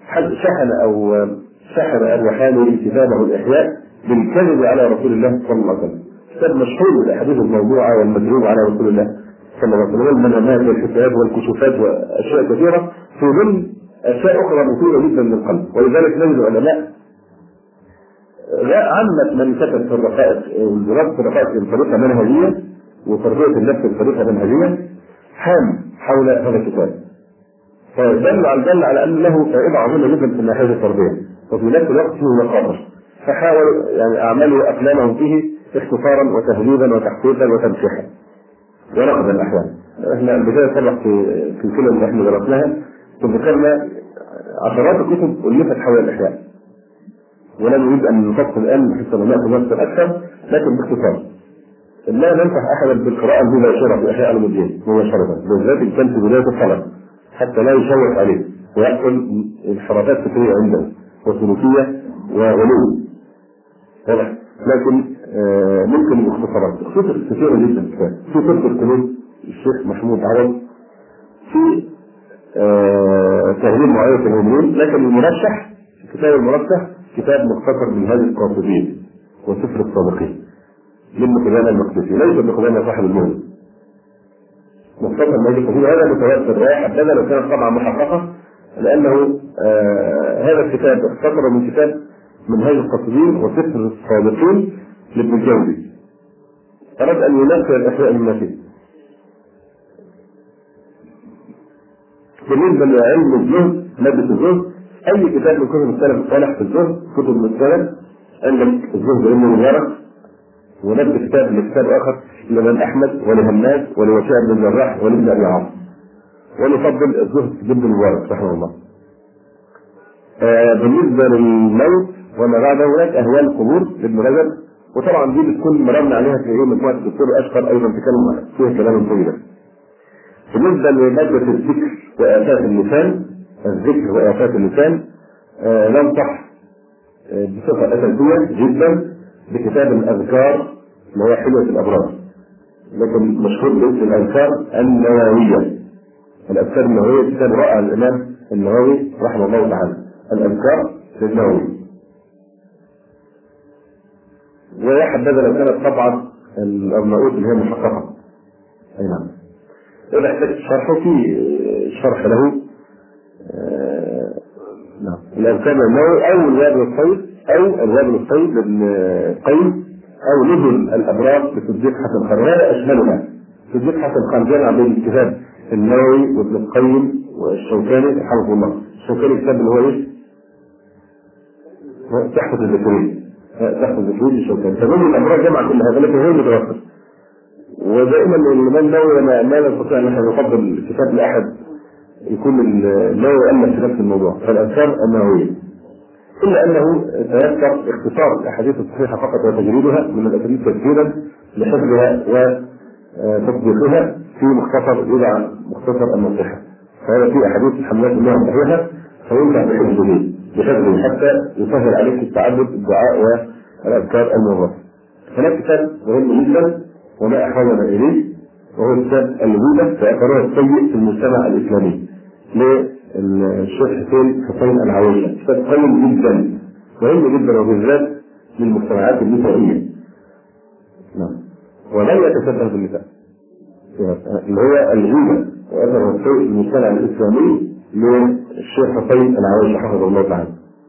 سحر الرحالي كتابه الاحياء بالكذب على رسول الله صلى الله عليه وسلم. كتاب مشهور بالاحاديث الموضوعه والمكذوب على رسول الله صلى الله عليه وسلم، والمنامات والحساب والكشوفات واشياء كثيره في ضمن اشياء اخرى مثيره جدا للقلب. ولذلك نجد العلماء عامة من كتب في الرقائق ودراسة الرقائق بطريقة منهجية وتربية النفس بطريقة منهجية حام حول هذا الكتاب، فدل على أن له فائدة عظيمة جدا في ناحية التربية وفي نفس الوقت فيه مخاطر. فحاول يعني أعملوا أقلامهم فيه اختصارا وتهذيبا وتحقيقا وتمسيحا ونقدا أحيانا. احنا بداية سبق في الكلمة اللي احنا درسناها ذكرنا عشرات الكتب ألفت حول الإحياء، ولا نريد أن نفصل الآن حتى لا نأخذ أكثر، لكن باختصار لا ننصح أحدا بالقراءة المباشرة في إحياء علوم الدين مباشرة، بالذات إن كان في بداية الطلب حتى لا يشوش عليه ويحصل انحرافات فكرية عنده وسلوكية وغلو واضح. لكن ممكن الاختصارات كثيرة جدا. في طب القلوب الشيخ محمود عوض، في تهذيب معاية الهرمون، لكن المرشح كتاب المرشح كتاب مختصر من هذه القاصدين وسفر الصادقين لابن قدامة المقدسي، ليس ابن قدامة صاحب المهم. مختصر من هذه القاصدين هذا متواتر رايح حتى لو كانت طبعا محققة، لأنه هذا الكتاب اختصر من كتاب من هذه القاصدين وسفر الصادقين لابن الجوزي. أراد أن ينفذ الأحياء المنافية. بالنسبة لعلم الزهد مادة الزهد أي كتاب من كتب السلف الصالح في الزهد كتب من السلف، عندك الزهد ابن مبارك ونفس كتاب لكتاب آخر لمن أحمد ولهماس ولوشاء بن الجراح ولابن أبي عاصم، ونفضل الزهد بن مبارك رحمه الله. بالنسبة للموت وما بعد هناك أهوال القبور لابن رجب، وطبعا دي بتكون مرمنا عليها في مجموعة الدكتور أشقر أيضا تكلم فيها كلام طويل. بالنسبة لمادة الذكر وآفات اللسان، الذكر وآفات اللسان ننصح بصفة أساسية جدا بكتاب الأذكار اللي هو حلوة الأبرار، لكن مشهور باسم الأذكار النووية. الأذكار النووية كتاب رائع الإمام النووي رحمه الله تعالى، الأذكار النووي. ويا حبذا لو كانت طبعا الأرناؤوط اللي هي محققة. أي نعم. إذا احتجت شرحه في شرح له الأذكار النووي أو الوابل الصيد أو الوابل الصيد لابن القيم أو نزل الأبرار لصديق حسن خان، هذا أشملها. صديق حسن خان جمع بين الكتاب النووي وابن القيم والشوكاني رحمه الله. الشوكاني كتاب اللي هو إيه؟ تحفظ الذكرين، تحفظ الذكرين للشوكاني. فنزل الأبرار جمع كل هذا، لكن هو متوسط. ودائما الإمام النووي ما نستطيع أن نحن نفضل الكتاب لأحد يكون النووي ألف في نفس الموضوع، فالأذكار النووية، إلا أنه تيسر اختصار الأحاديث الصحيحة فقط وتجريدها من الأساليب تسجيلا لحفظها وتطبيقها في مختصر إلى مختصر النصيحة. فهذا في أحاديث الحملات النووية صحيحة فينفع بحفظه حتى يسهل عليك التعبد الدعاء والأذكار الموظفة. هناك كتاب مهم جدا وما أحوجنا إليه، وهو كتاب الهدى في أثرها السيء في المجتمع الإسلامي للشيخ حسين العويشة. كتاب قيم جدا مهم جدا وبالذات للمجتمعات النسائية. ولا يتشبه بالنساء، اللي هو الهدى وأثرها السيء في المجتمع الإسلامي للشيخ حسين العويشة حفظه الله تعالى.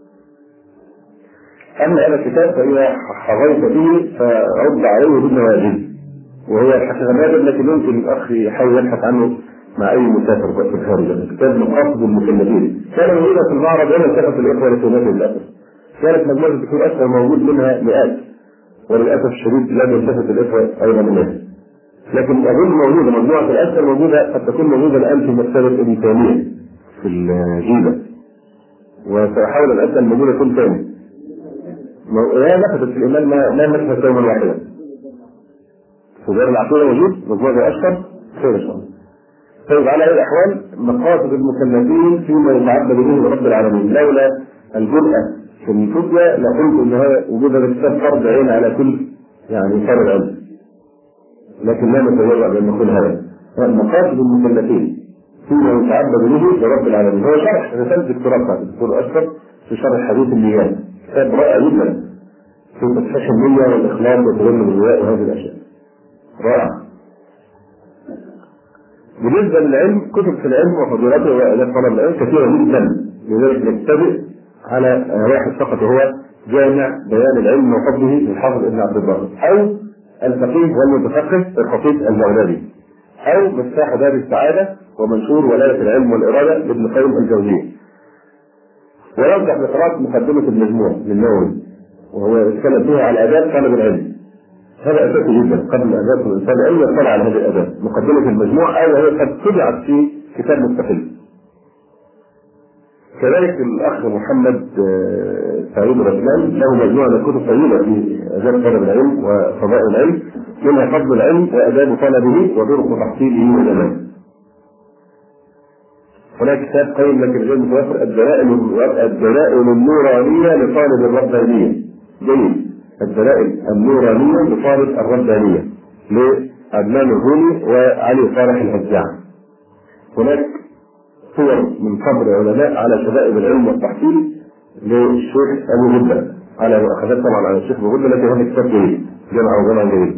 أما هذا الكتاب فإذا حظيت به فرد عليه بالنواجذ، وهو الحقيقة نادر لكن يمكن الأخ يحاول يبحث عنه مع أي مسافر في الخارج. كتاب مقاصد المكلفين كان موجودا في المعرض ولا التفت الإخوة لسنته للأسف. كانت مجموعة الدكتور أسفل موجود منها مئات، وللأسف الشديد لا يلتفت الإخوة أيضا إليها. لكن أظن موجودة مجموعة الأسفل موجودة، قد تكون موجودة الآن في مكتبة ابن تيمية في الجيزة، وسأحاول الأسفل موجودة كل ثاني. هي نفذت في الإيمان ما نفذت يوما واحدا. في دار العقيدة موجود مجموعة أشهر خير إن شاء الله. طيب على أي الأحوال مقاصد المكلفين فيما يتعبد به رب العالمين. لولا الجرأة في الفتوى لقلت إن هذا وجود هذا الكتاب فرض عين على كل يعني طالب علم، لكن لا نتجرأ بأن نقول هذا. مقاصد المكلفين فيما يتعبد به رب العالمين هو شرح رسالة الدكتوراه بتاعت الدكتور أشرف في شرح حديث النيات. كتاب رائع جدا في تصحيح النية والإخلاص وتجنب الرياء وهذه الأشياء، رائع. بالنسبة للعلم كتب في العلم وفضيلته وآداب طلب العلم كثيرة جدا، لذلك نبتدئ على واحد فقط وهو جامع بيان العلم وفضله للحافظ ابن عبد البر، أو الفقيه والمتفقه الخطيب البغدادي، أو مفتاح دار السعادة ومنشور ولاية العلم والإرادة لابن قيم الجوزية. ويرجح لقراءة مقدمة المجموع للنووي وهو يتكلم فيها على آداب طالب العلم. هذا أساسي جدا قبل الآداب الإنسان أن يطلع على هذه الآداب. مقدمة المجموع أو هي قد طبعت في كتاب مستقل. كذلك الأخ محمد سعيد رسلان له مجموعة من الكتب طويلة في آداب طالب العلم وفضائل العلم، منها فضل العلم وآداب طلبه وطرق تحصيله وزمانه. هناك كتاب قيم لكن غير متوفر الدلائل النورانية لطالب الربانية. جيد، الدلائل النورانية لطالب الربانية لعدنان الهوني وعلي صالح الهجاع. هناك صور من صبر العلماء على شدائد العلم والتحصيل للشيخ أبو غدة، على مؤاخذات طبعا على الشيخ أبو غدة، لكن هذا كتاب جيد جمع جيد.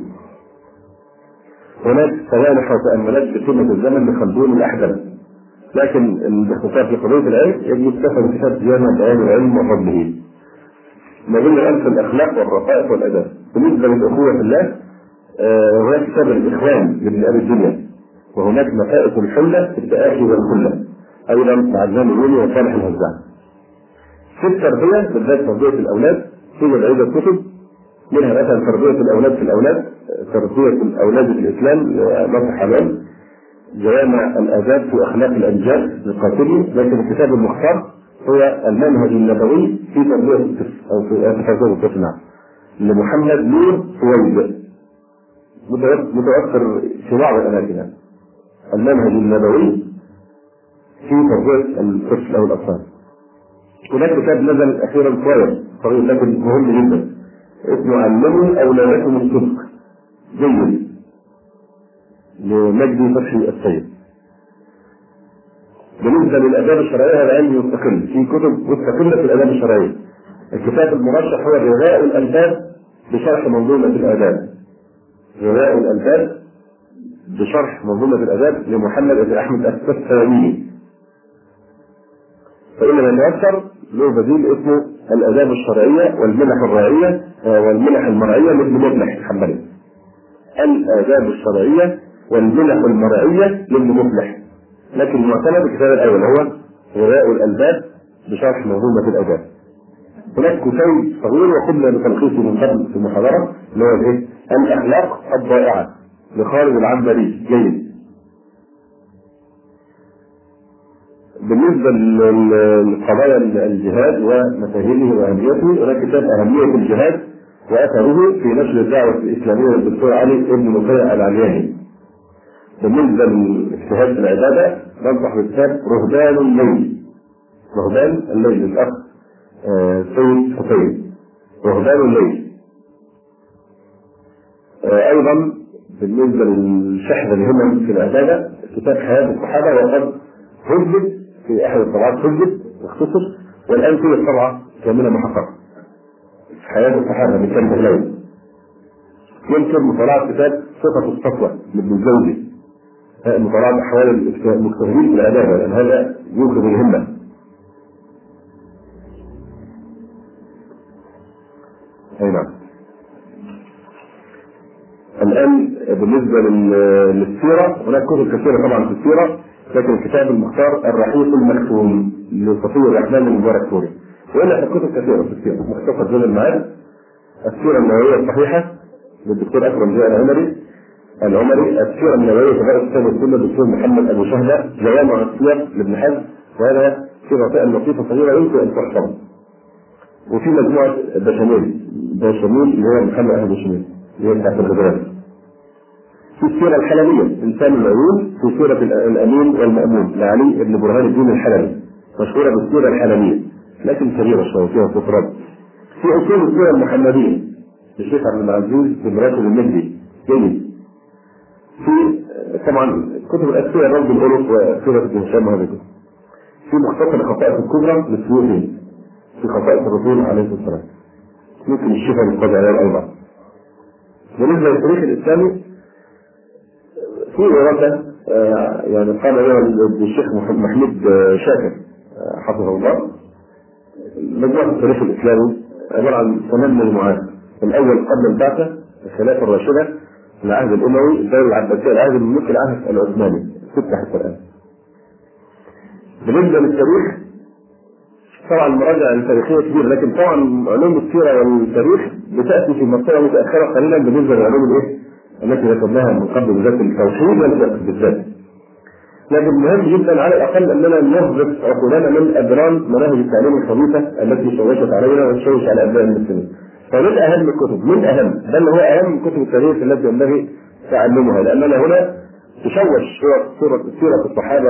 هناك صوالح وتأملات في سنة الزمن لخلدون الأحدث، لكن باختصار في قضية العلم يجب يستخدم كتاب جامع بيان العلم وفضله. نقول الآن في الأخلاق والرقائق والأدب. بالنسبة للأخوة في الله هناك كتاب الإخوان لابن أبي الدنيا، وهناك نفائس الحلة في التآخي والخلة أيضا مع عدنان الهوني وصالح الهجاع. في التربية بالذات تربية الأولاد توجد عدة كتب، منها مثلا تربية الأولاد في الأولاد، تربية الأولاد في الإسلام نصح حلال، جوامع الآداب في أخلاق الأنجاب للقاتلي. لكن الكتاب المختار هو المنهج النبوي في تربية الطفل أو في تربية الطفل لمحمد نور سويد، متوفر في بعض الأماكن. المنهج النبوي في تربية الطفل أو الأطفال. هناك كتاب نزل أخيرا صغير لكن مهم جدا اسمه علموا أولادكم الصدق، جيد، لمجدي فتحي السيد. بالنسبة للآداب الشرعية هذا علم مستقل، في كتب مستقلة في الآداب الشرعية. الكتاب المرشح هو غذاء الألباب بشرح منظومة الآداب، غذاء الألباب بشرح منظومة الآداب لمحمد بن أحمد السفاريني، فإن من يسر له بديل اسمه الآداب الشرعية والمنح الرعية والمنح المرعية لابن مفلح الحنبلي. الآداب الشرعية والمنح المرعية لابن مفلح. لكن المعتمد الكتاب الأول هو غذاء الألباب بشرح منظومة الآداب. هناك كتاب صغير وقمنا بتلخيصه من قبل في المحاضرة اللي هو الايه؟ الأخلاق الضائعة لخالد العنبري. جيد. بالنسبة لقضايا الجهاد ومفاهيمه وأهميته، هناك كتاب أهمية الجهاد وأثره في نشر الدعوة الإسلامية للدكتور علي بن مطيع العلياني. بالنسبة للاجتهاد في العبادة ننصح بكتاب رهبان الليل. رهبان الليل الأخ سيد حسين. رهبان الليل. أيضا بالنسبة للشحذ الهمم في العبادة كتاب حياة الصحابة، وقد هجد في أحد الطبعات، هجد واختصر، والآن في الطبعة كاملة محققة. حياة الصحابة بكلمة الليل. يمكن مطالعة كتاب صفة الصفوة لابن الجوزي، مطالعة أحوال المجتهدين في العبادة، لأن هذا يوجد الهمة. أي نعم. الآن بالنسبة للسيرة هناك كتب كثيرة طبعا في السيرة، لكن الكتاب المختار الرحيق المكتوم لصفي الرحمن المبارك فوري. وإلا كتب كثيرة في السيرة، مختصر زاد المعاد، السيرة النووية الصحيحة للدكتور أكرم جاء العمري، السيرة النووية لغاية السنة السنة للدكتور محمد أبو شهدة، جوامع السير لابن حزم، وهذا سيرة لطيفة صغيرة يمكن أن تحفظ. وفي مجموعة بشاميل اللي هو محمد أهل بشاميل اللي هي بتاعت الرجال. في السيرة الحلبية إنسان العيون، في سيرة الأمين والمأمون لعلي بن برهان الدين الحلبي، مشهورة بالسيرة الحلبية لكن كبيرة شوية فيها سفرات. في أصول السيرة المحمدية للشيخ عبد العزيز بن راشد المهدي. جميل. في طبعا كتب الأسئلة رد الألف وسيرة ابن هشام وهذا كله. في مختصر الخصائص الكبرى للسيوطي في خصائص الرسول عليه الصلاة والسلام. ممكن الشفاء بالقضاء عليه أيضا. بالنسبة للتاريخ الإسلامي في ورقة يعني قام بها الشيخ محمود شاكر حفظه الله، مجموعة التاريخ الإسلامي عبارة عن 8 مجموعات. الأول قبل البعثة، الخلافة الراشدة، العهد الأموي، الدولة العباسية، العهد الملكي، العهد العثماني، 6 حتى الآن. بالنسبة للتاريخ طبعا المراجع التاريخية كبيرة، لكن طبعا علوم السيرة والتاريخ بتأتي في مرتبة متأخرة قليلا بالنسبة للعلوم التي ذكرناها من قبل، بالذات التوحيد والفقه بالذات. لكن مهم جدا على الأقل أننا نهبط عقولنا من أدران مناهج التعليم الخبيثة التي شوشت علينا وتشوش على أبناء المسلمين. فمن أهم الكتب، من أهم، بل هو أهم كتب التاريخ التي ينبغي تعلمها، لأننا هنا تشوش سيرة الصحابة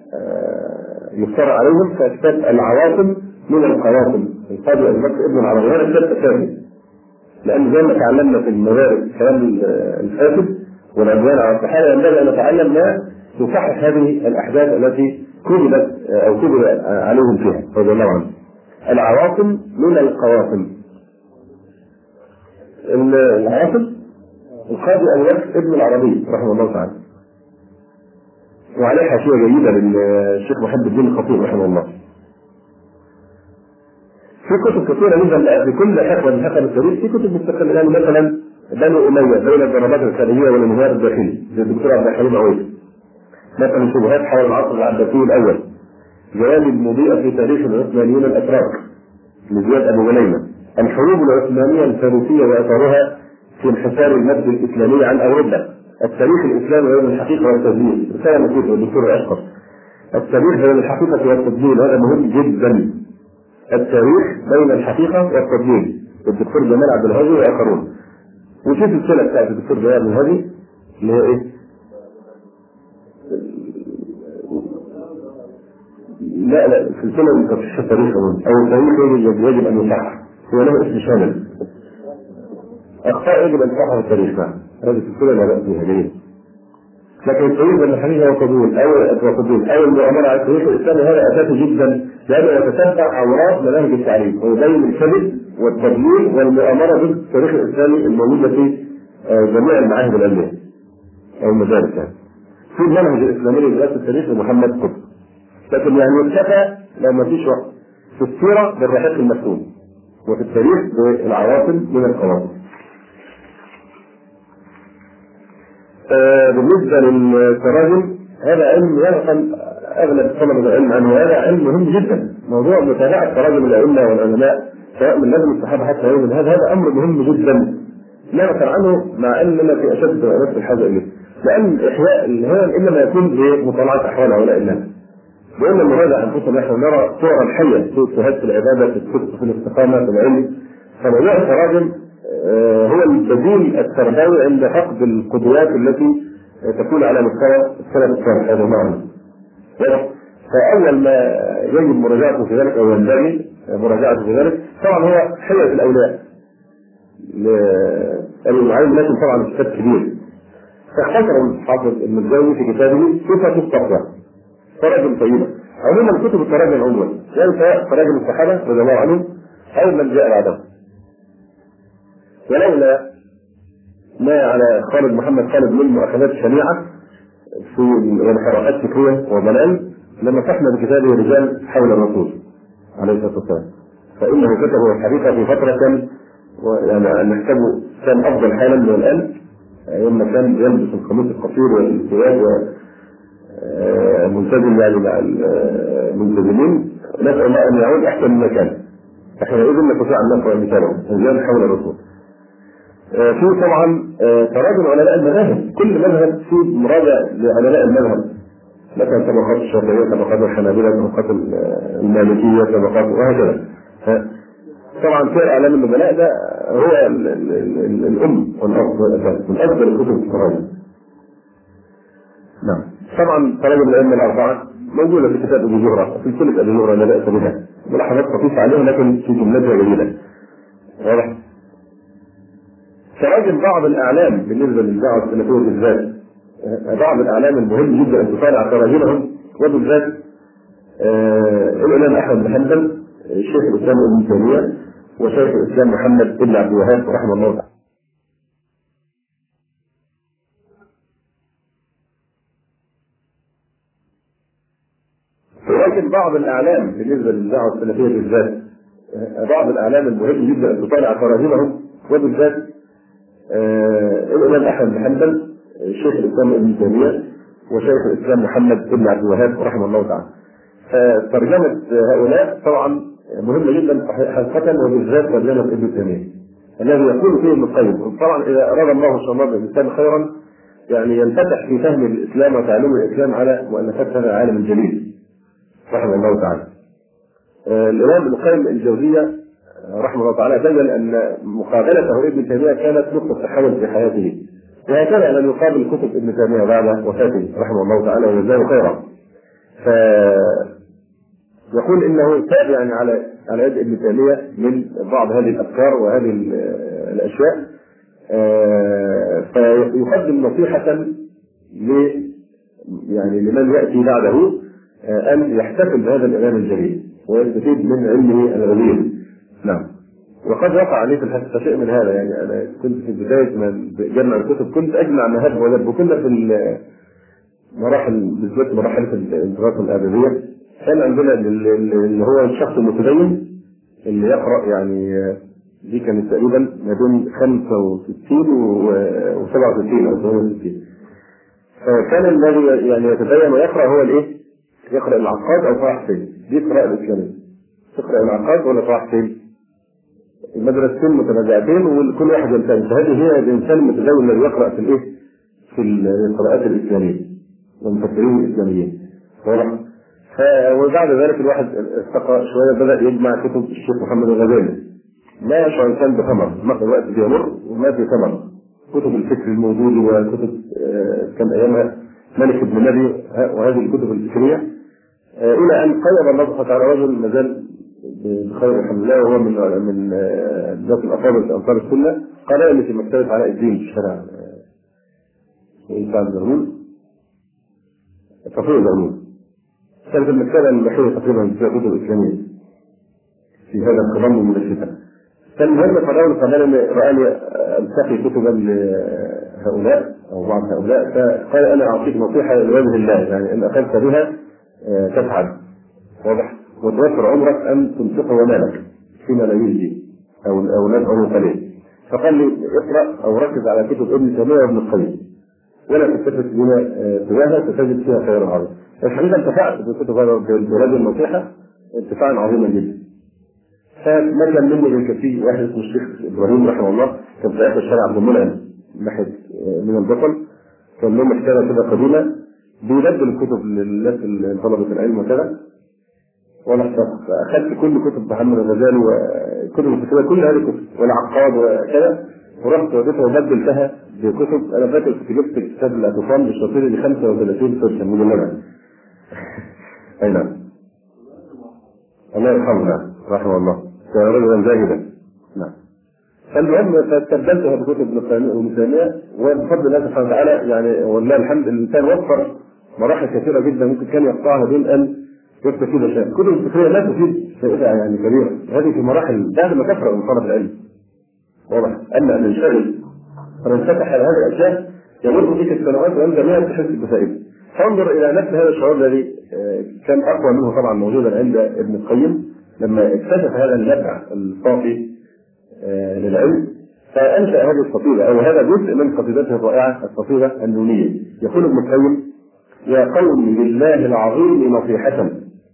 ويفترى عليهم. كتاب العواصم من القواصم القاضي أبو بكر ابن العربي، هذا الكتاب الثاني، لأن زي ما تعلمنا في الموارد الكلام الفاسد والعدوان على الصحابة ينبغي أن نتعلم ما تصحح هذه الأحداث التي كذبت أو كذب عليهم فيها رضي الله عنهم. العواصم من القواصم. العواصم القاضي أبو بكر ابن العربي رحمه الله تعالى، وعليه حاشية جيدة للشيخ محمد الدين الخطيب رحمه الله. في كتب كثيرة جدا في كل حقبة من حقب التاريخ، في كتب مستقلة، يعني مثلا بنو أمية بين الضربات الخارجية والانهيار الداخلي للدكتور عبد الحليم عويد. مثلا شبهات حول العصر العباسي الأول، جوانب مضيئة في تاريخ العثمانيين الأتراك لزياد أبو غنيمة، الحروب العثمانية الفاروسية وأثرها في انحسار المد الإسلامي عن أوروبا، التاريخ الإسلامي بين الحقيقة والتدليل، رسالة مكتوبة للدكتور أشقر، التاريخ بين الحقيقة والتدليل، هذا مهم جدا. التاريخ بين الحقيقة والتدليل الدكتور جمال عبد الهادي وآخرون. وشوف السلسلة بتاعت الدكتور جمال عبد الهادي اللي هي إيه؟ لا سلسلة من تفتيش التاريخ أو التاريخ يجب أن يصحح، هو له اسم شامل. أخطاء يجب أن تصحح التاريخ، هذه السلسلة لا بأس بها جيدة. لكن التاريخ بين الحقيقة والتدليل أو المؤامرة على التاريخ الإسلامي هذا أساسي جدا، لأنه يتتبع عورات مناهج التعليم ويبين الكذب والتضليل والمؤامرة ضد التاريخ الإسلامي الموجودة في جميع المعاهد العلمية أو المدارس. يعني في المنهج الإسلامي لدراسة التاريخ لمحمد قطب، لكن يعني يكتفى لو ما فيش وقت. في السيرة بالرحيق المكتوم، وفي التاريخ بالعواصم من القواصم. بالنسبة للتراجم، هذا علم يغفل أغلب طلبة العلم عنه، وهذا علم مهم جدا. موضوع متابعة تراجم الأئمة والعلماء سواء من لازم الصحابة حتى يوم هذا أمر مهم جدا لا نغفل عنه، مع أننا في أشد نفس الحاجة إليه. لأن إحياء الهام إنما يكون بمطالعة أحوال هؤلاء الناس. لأن هذا أنفسنا نحن نرى صورا حية في اجتهاد في العبادة، في الصدق، في الاستقامة، في العلم. فموضوع التراجم هو البديل التربوي عند فقد القدوات التي تكون على مستوى السلف الصالح. هذا معنى. فأول ما يجب مراجعته في ذلك أو ينبغي مراجعته في ذلك طبعا هو حية الأولياء للعلم، لكن طبعا استفاد كبير. فاختصر حافظ المزاوي في كتابه صفة التقوى تراجم طيبة. عموما كتب التراجم عموما يعني سواء تراجم الصحابة رضي الله عنهم أو من جاء بعدهم. ولولا ما على خالد محمد خالد من مؤاخذات شنيعة في انحرافات فكرية وضلال لمسحنا بكتابه رجال حول الرسول عليه الصلاة والسلام، فإنه كتبه الحقيقة في فترة يعني نحسبه كان أفضل حالا من الآن، يوم كان يلبس القميص القصير والثياب وملتزم يعني مع الملتزمين. نسأل الله أن يعود أحسن مما كان. احنا نريد أن نستطيع أن نقرأ مثالهم رجال حول الرسول. في طبعا تراجم علماء المذاهب، كل مذهب فيه مراجع لعلماء المذهب، مثلا طبقات الشافعية، طبقات الحنابلة، طبقات المالكية، طبقات وهكذا. طبعا سير اعلام النبلاء ده هو الام والاساس من افضل الكتب في التراجم. نعم طبعا تراجم الائمه الاربعه موجوده في كتاب ابي زهره، في سلسله ابي زهره لا باس بها، ملاحظات خفيفه عليها لكن في جملتها جيده. واضح؟ تراجم بعض الاعلام بالنسبه للدعوه السلفيه بالذات، بعض الاعلام المهم جدا ان تطالع تراجمهم، وبالذات الامام احمد بن حنبل، الشيخ الاسلام ابن تيميه، وشيخ الاسلام محمد بن عبد الوهاب رحمه الله تعالى. ولكن بعض الاعلام بالنسبه للدعوه السلفيه بالذات، بعض الاعلام المهم جدا ان تطالع تراجمهم، وبالذات الامام احمد بن حنبل، الشيخ الاسلام ابن تيميه، وشيخ الاسلام محمد بن عبد الوهاب رحمه الله تعالى. ترجمه هؤلاء طبعا مهمه جدا حقيقه، وبالذات ترجمه ابن تيميه الذي يقول فيه ابن القيم. طبعا اذا اراد الله ان شاء الله بالانسان خيرا يعني ينفتح في فهم الاسلام وتعلم الاسلام على مؤلفات هذا العالم الجليل رحمه الله تعالى. الامام ابن القيم الجوزيه رحمه الله تعالى بين ان مقابلته ابن تيميه كانت نقطه تحول في حياته، وهكذا لم يقابل كتب ابن تيميه بعد وفاته رحمه الله تعالى وجزاه خيرا. يقول انه تاب يعني على يد ابن تيميه من بعض هذه الافكار وهذه الاشياء، فيقدم نصيحه يعني لمن ياتي بعده ان يحتفل بهذا الامام الجليل ويستفيد من علمه الغزير. نعم. وقد وقع عليه في الحقيقه شيء من هذا، يعني انا كنت في بدايه ما جمع الكتب كنت اجمع مهاب ولب، وكنا في المراحل بالذات مراحل الدراسه الادبيه كان عندنا اللي هو الشخص المتدين اللي يقرا يعني دي كانت تقريبا ما بين 65 و 67 او 68. فكان الذي يعني يتدين ويقرا هو الايه؟ يقرا العقاد او طه حسين، دي القراءه الاسلاميه. تقرا العقاد ولا طه حسين؟ المدرستين متنازعتين وكل واحد ينتهي، فهذه هي الانسان المتدين الذي يقرا في الايه؟ في القراءات الاسلاميه والمفكرين الاسلاميين. واضح؟ وبعد ذلك الواحد استقى شويه بدا يجمع كتب الشيخ محمد الغزالي، ما يشعر الانسان بثمر، مر الوقت بيمر وما في ثمر. كتب الفكر الموجود وكتب كان ايامها ملك ابن نبي وهذه الكتب الفكريه، الى ان قيم الله سبحانه وتعالى رجل ما زال بخير الحمد لله، وهو من ذات الافاضل في انصار السنه، قال لي في مكتبه علاء الدين في شارع بتاع الزغلول، تفريق الزغلول، كانت المكتبه الوحيده تقريبا في الكتب الاسلاميه في هذا القرن من الشتاء. كان مهم قال لي راني التقي كتبا لهؤلاء او بعض هؤلاء، فقال انا اعطيك نصيحه لوجه الله، يعني ان اخذت بها تسعد. واضح؟ وتوفر عمرك أن تنفقه ومالك فيما لا يجزي أو ندعو قليل. فقال لي اقرأ أو ركز على كتب ابن تيمية وابن القيم ولا تلتفت بما تجاهها ستجد فيها خيرا عظيما. الحقيقة انتفعت بكتب هذا بهذه النصيحة انتفاعا عظيما جدا. فما كان مني غير في واحد اسمه الشيخ ابراهيم رحمه الله، كان في اخر الشارع عبد المنعم ناحيه من البطل، كان له مكتبه كده قديمه بيبدل الكتب للناس طلبه العلم وكذا. وانا اخذت كل كتب محمد الغزالي وكتب الفقهيه كل هذه الكتب والعقاد وكذا، ورحت وديتها وبدلتها بكتب. انا فاكر كنت جبت كتاب الاعتصام للشاطبي ب 35 فرشه مجلده. اي نعم. الله يرحمه رحمه الله، كان رجلا زاهدا. نعم. فالمهم فاستبدلتها بكتب ابن تيميه، وبفضل الله سبحانه وتعالى يعني ولله الحمد الانسان وفر مراحل كثيره جدا ممكن كان يقطعها دون ان يستفيد شيئا. الكتب الفكريه لا تفيد فائده يعني كبيره، هذه في مراحل بعد ما تفرغ من طلب العلم. واضح ان الانشغال فانفتح على هذه الاشياء يمر بك السنوات وانت لا تحس بفائده. فانظر الى نفس هذا الشعور الذي كان اقوى منه طبعا موجودا عند ابن القيم لما اكتشف هذا النفع الصافي للعلم، فانشا هذه القصيده او هذا جزء من قصيدته الرائعه القصيده النونيه. يقول ابن القيم: يا قوم لله العظيم نصيحه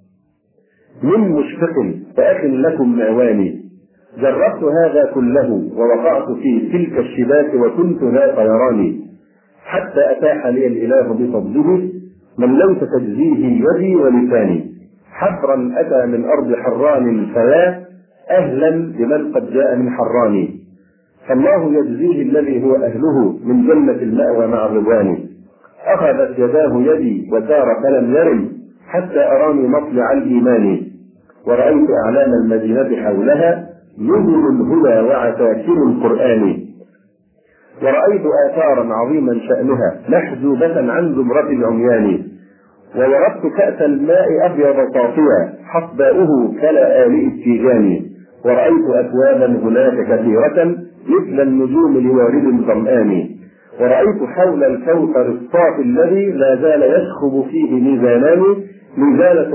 من مشفق فأخ لكم معواني، جربت هذا كله ووقعت في تلك الشباك وكنت لا طيراني، حتى أتاح لي الإله بفضله من ليس تجزيه يدي ولساني، حبرا أتى من أرض حران فيا أهلا بمن قد جاء من حران، فالله يجزيه الذي هو أهله من جنة المأوى مع الرضوان، أخذت يداه يدي وسار فلم يرم حتى أراني مطلع الإيمان، ورأيت أعلام المدينة حولها نزل الهدى وعساكر القرآن، ورأيت آثارا عظيما شأنها محجوبة عن زمرة العميان، ووردت كأس الماء أبيض صافيا حصباؤه كلآلئ التيجان، ورأيت أكوابا هناك كثيرة مثل النجوم لوارد ظمآن، ورأيت حول الكوثر الصافي الذي لا زال يسخب فيه ميزانان، ميزان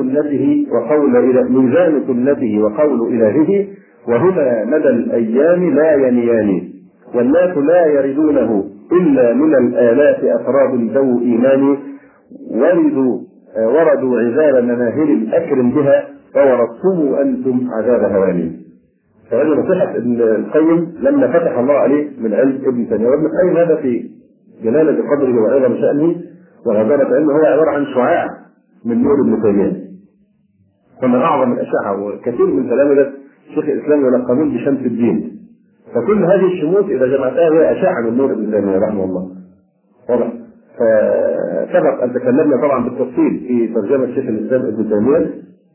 سنته وقول إلهه، وهما مدى الأيام لا ينيان، والناس لا يردونه إلا من الآلاف أفراد ذو إيمان، وردوا عذاب مناهل أكرم بها وورثتم أنتم عذاب هواني. فهذه نصيحة ابن القيم لما فتح الله عليه من علم ابن تيمية. وابن القيم هذا في جلالة قدره وعظم شأنه وغزارة علمه هو عبارة عن شعاع من نور ابن تيمية، فمن أعظم الأشعة، وكثير من تلامذة شيخ الإسلام يلقبون بشمس الدين. فكل هذه الشموس إذا جمعتها هي أشعة من نور ابن تيمية رحمه الله. واضح؟ فسبق أن تكلمنا طبعا بالتفصيل في ترجمة شيخ الإسلام ابن تيمية.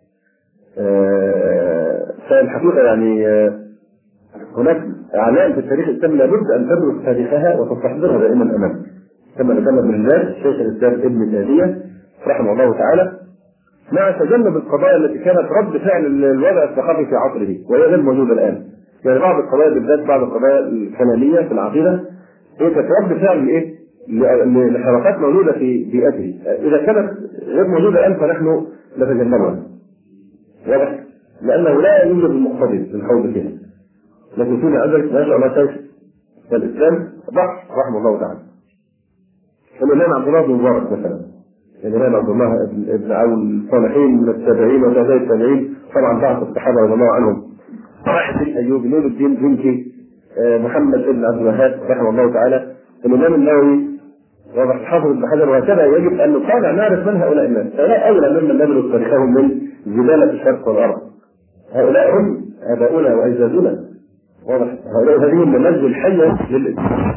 فالحقيقة يعني هناك أعلام في التاريخ الإسلامي لابد أن تدرس تاريخها وتستحضرها دائما أمامك، كما ذكرنا بالله شيخ الإسلام ابن تيمية رحمه الله تعالى، مع تجنب القضايا التي كانت رد فعل الوضع الثقافي في عصره وهي غير موجودة الآن. يعني بعض القضايا بالذات بعض القضايا الكلامية في العقيدة هي كانت رد فعل لحركات موجودة في بيئته، إذا كانت غير موجودة الآن فنحن نتجنبها. واضح؟ لأنه لا يوجد المقتضي للخوض فيها. لكن فينا عندك ما شاء الله شيخ الإسلام بحر رحمه الله تعالى. الإمام عبد الله بن مبارك مثلا، الإمام عبد الله بن عون الصالحين من التابعين وتابعي التابعين، طبعا بعض الصحابة رضي الله عنهم، واحد بن أيوب، نور الدين بنكي، محمد بن عبد الوهاب رحمه الله تعالى، الإمام النووي، واضح، الحافظ ابن حجر، وهكذا. يجب أن نطالع نعرف من هؤلاء الناس، فلا أولى ممن ندرس تاريخهم من زبالة الشرق والغرب. هؤلاء هم آباؤنا وأجدادنا. واضح؟ هؤلاء هذه المنازل الحية للإسلام.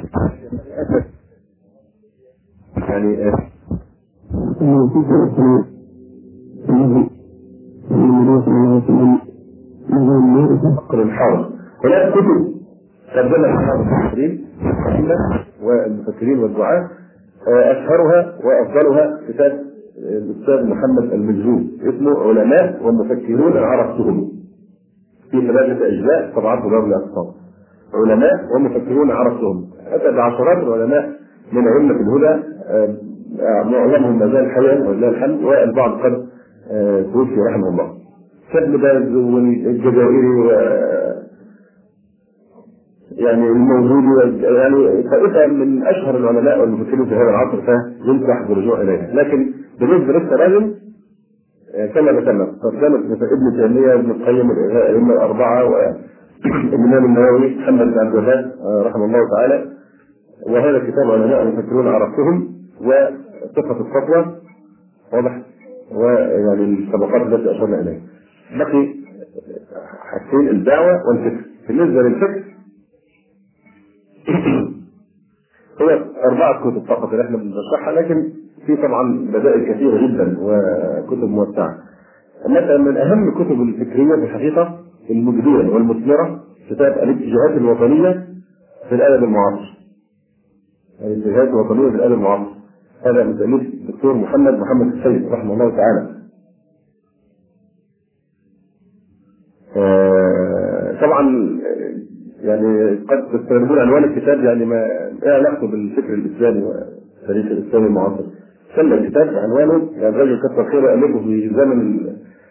يعني فقر الحرب. هناك كتب قدمها الحافظ المفكرين والمفكرين والدعاة، أشهرها وأفضلها كتاب الأستاذ محمد المجذوب اسمه علماء ومفكرون عرفتهم، في 3 أجزاء طبعته دار الأقسام. علماء ومفكرون عرفتهم، أتى بعشرات العلماء من أئمة الهدى، معظمهم ما زال حيا ولله الحمد، والبعض قد توفي رحمه الله. كابن باز والجزائري يعني الموجود، يعني طائفه من اشهر العلماء والمفكرين في هذا العصر، فينصح بالرجوع اليها. لكن بالنسبه للتراجم كما ذكرنا ترجمه ابن تيميه وابن القيم الائمه الاربعه والامام النووي محمد بن عبد الوهاب رحمه الله تعالى، وهذا كتاب علماء المفكرون عرفتهم، وصفه الفتوى واضح، ويعني الطبقات التي اشرنا اليها. بقي حاجتين، الدعوه والفكر. بالنسبه للفكر هو 4 كتب فقط اللي احنا بنرشحها، لكن في طبعا بدائل كثيره جدا وكتب موسعه. مثلا من اهم الكتب الفكريه في الحقيقه المجديه والمثمره كتاب الاتجاهات الوطنيه في الادب المعاصر. الاتجاهات الوطنيه في الادب المعاصر، هذا من تاليف الدكتور محمد السيد رحمه الله تعالى. طبعا يعني قد تستخدمون عنوان الكتاب يعني ما علاقته بالفكر الاسلامي والتاريخ الاسلامي المعاصر. سمى الكتاب عنوانه يعني الرجل كثر خيره الفه في زمن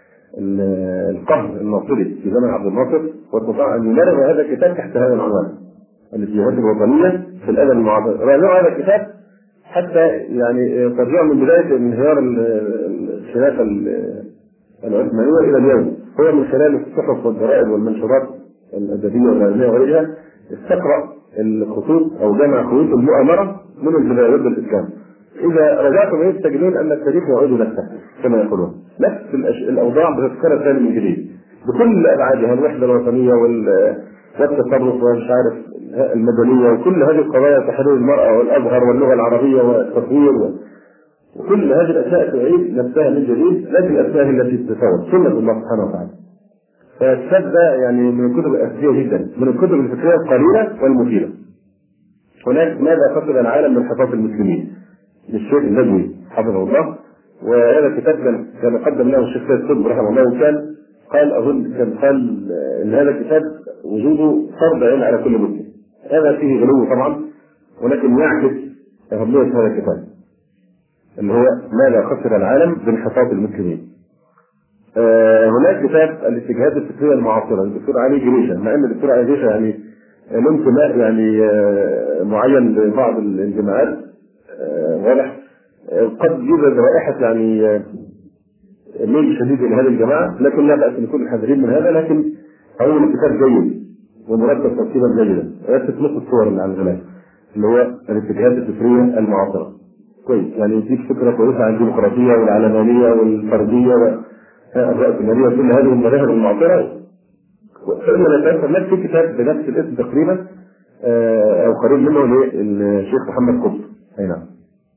القهر الناصري، في زمن عبد الناصر، واستطاع ان يمرر هذا الكتاب تحت هذا العنوان الاتجاهات الوطنيه في الادب المعاصر. راجعوا هذا الكتاب حتى يعني ترجع من بدايه انهيار الخلافه العثمانيه الى اليوم. هو من خلال الصحف والجرائد والمنشورات الادبيه والعلميه وغيرها استقرا الخطوط او جمع خطوط المؤامره من البدايه ضد الاسلام. اذا رجعتم تجدون ان التاريخ يعيد نفسه كما يقولون، نفس الاوضاع بتتكرر ثاني من جديد بكل ابعادها، الوحده الوطنيه والتطرف ومش عارف المدنيه وكل هذه القضايا، تحرير المراه والازهر واللغه العربيه والتطوير وكل هذه الاشياء تعيد نفسها من جديد، لكن الاشياء التي تتفاوت سنه الله سبحانه وتعالى. فالكتاب ده يعني من الكتب الاساسيه جدا، من الكتب الفكريه القليله والمفيده. هناك ماذا قصد العالم من حفاظ المسلمين للشيخ النجوي حفظه الله، وهذا الكتاب كان قدم له الشيخ سيد قطب رحمه الله، وكان قال ان هذا الكتاب وجوده فرض عين على كل مسلم. هذا فيه غلو طبعا، ولكن يعكس اهميه هذا الكتاب اللي هو ماذا خسر العالم بانحطاط المسلمين. هناك كتاب الاتجاهات الفكريه المعاصره للدكتور علي جريشه، مع ان الدكتور علي جريشه يعني له انتماء يعني معين لبعض الجماعات واضح، قد يوجد رائحه يعني ميل شديد الى هذه الجماعه، لكن لا باس نكون حذرين من هذا. لكن هو الكتاب جيد ومرتب ترتيبا جيدا، ويكتب نص الصور اللي على الغلاف اللي هو الاتجاهات الفكريه المعاصره. كويس، يعني يديك فكره كويسه عن الديمقراطيه والعلمانيه والفرديه والرأسمالية وكل هذه المذاهب المعاصره. وإنما نتأثر نفس الكتاب بنفس الاسم تقريبا أو قريب منه للشيخ محمد قطب. أي نعم.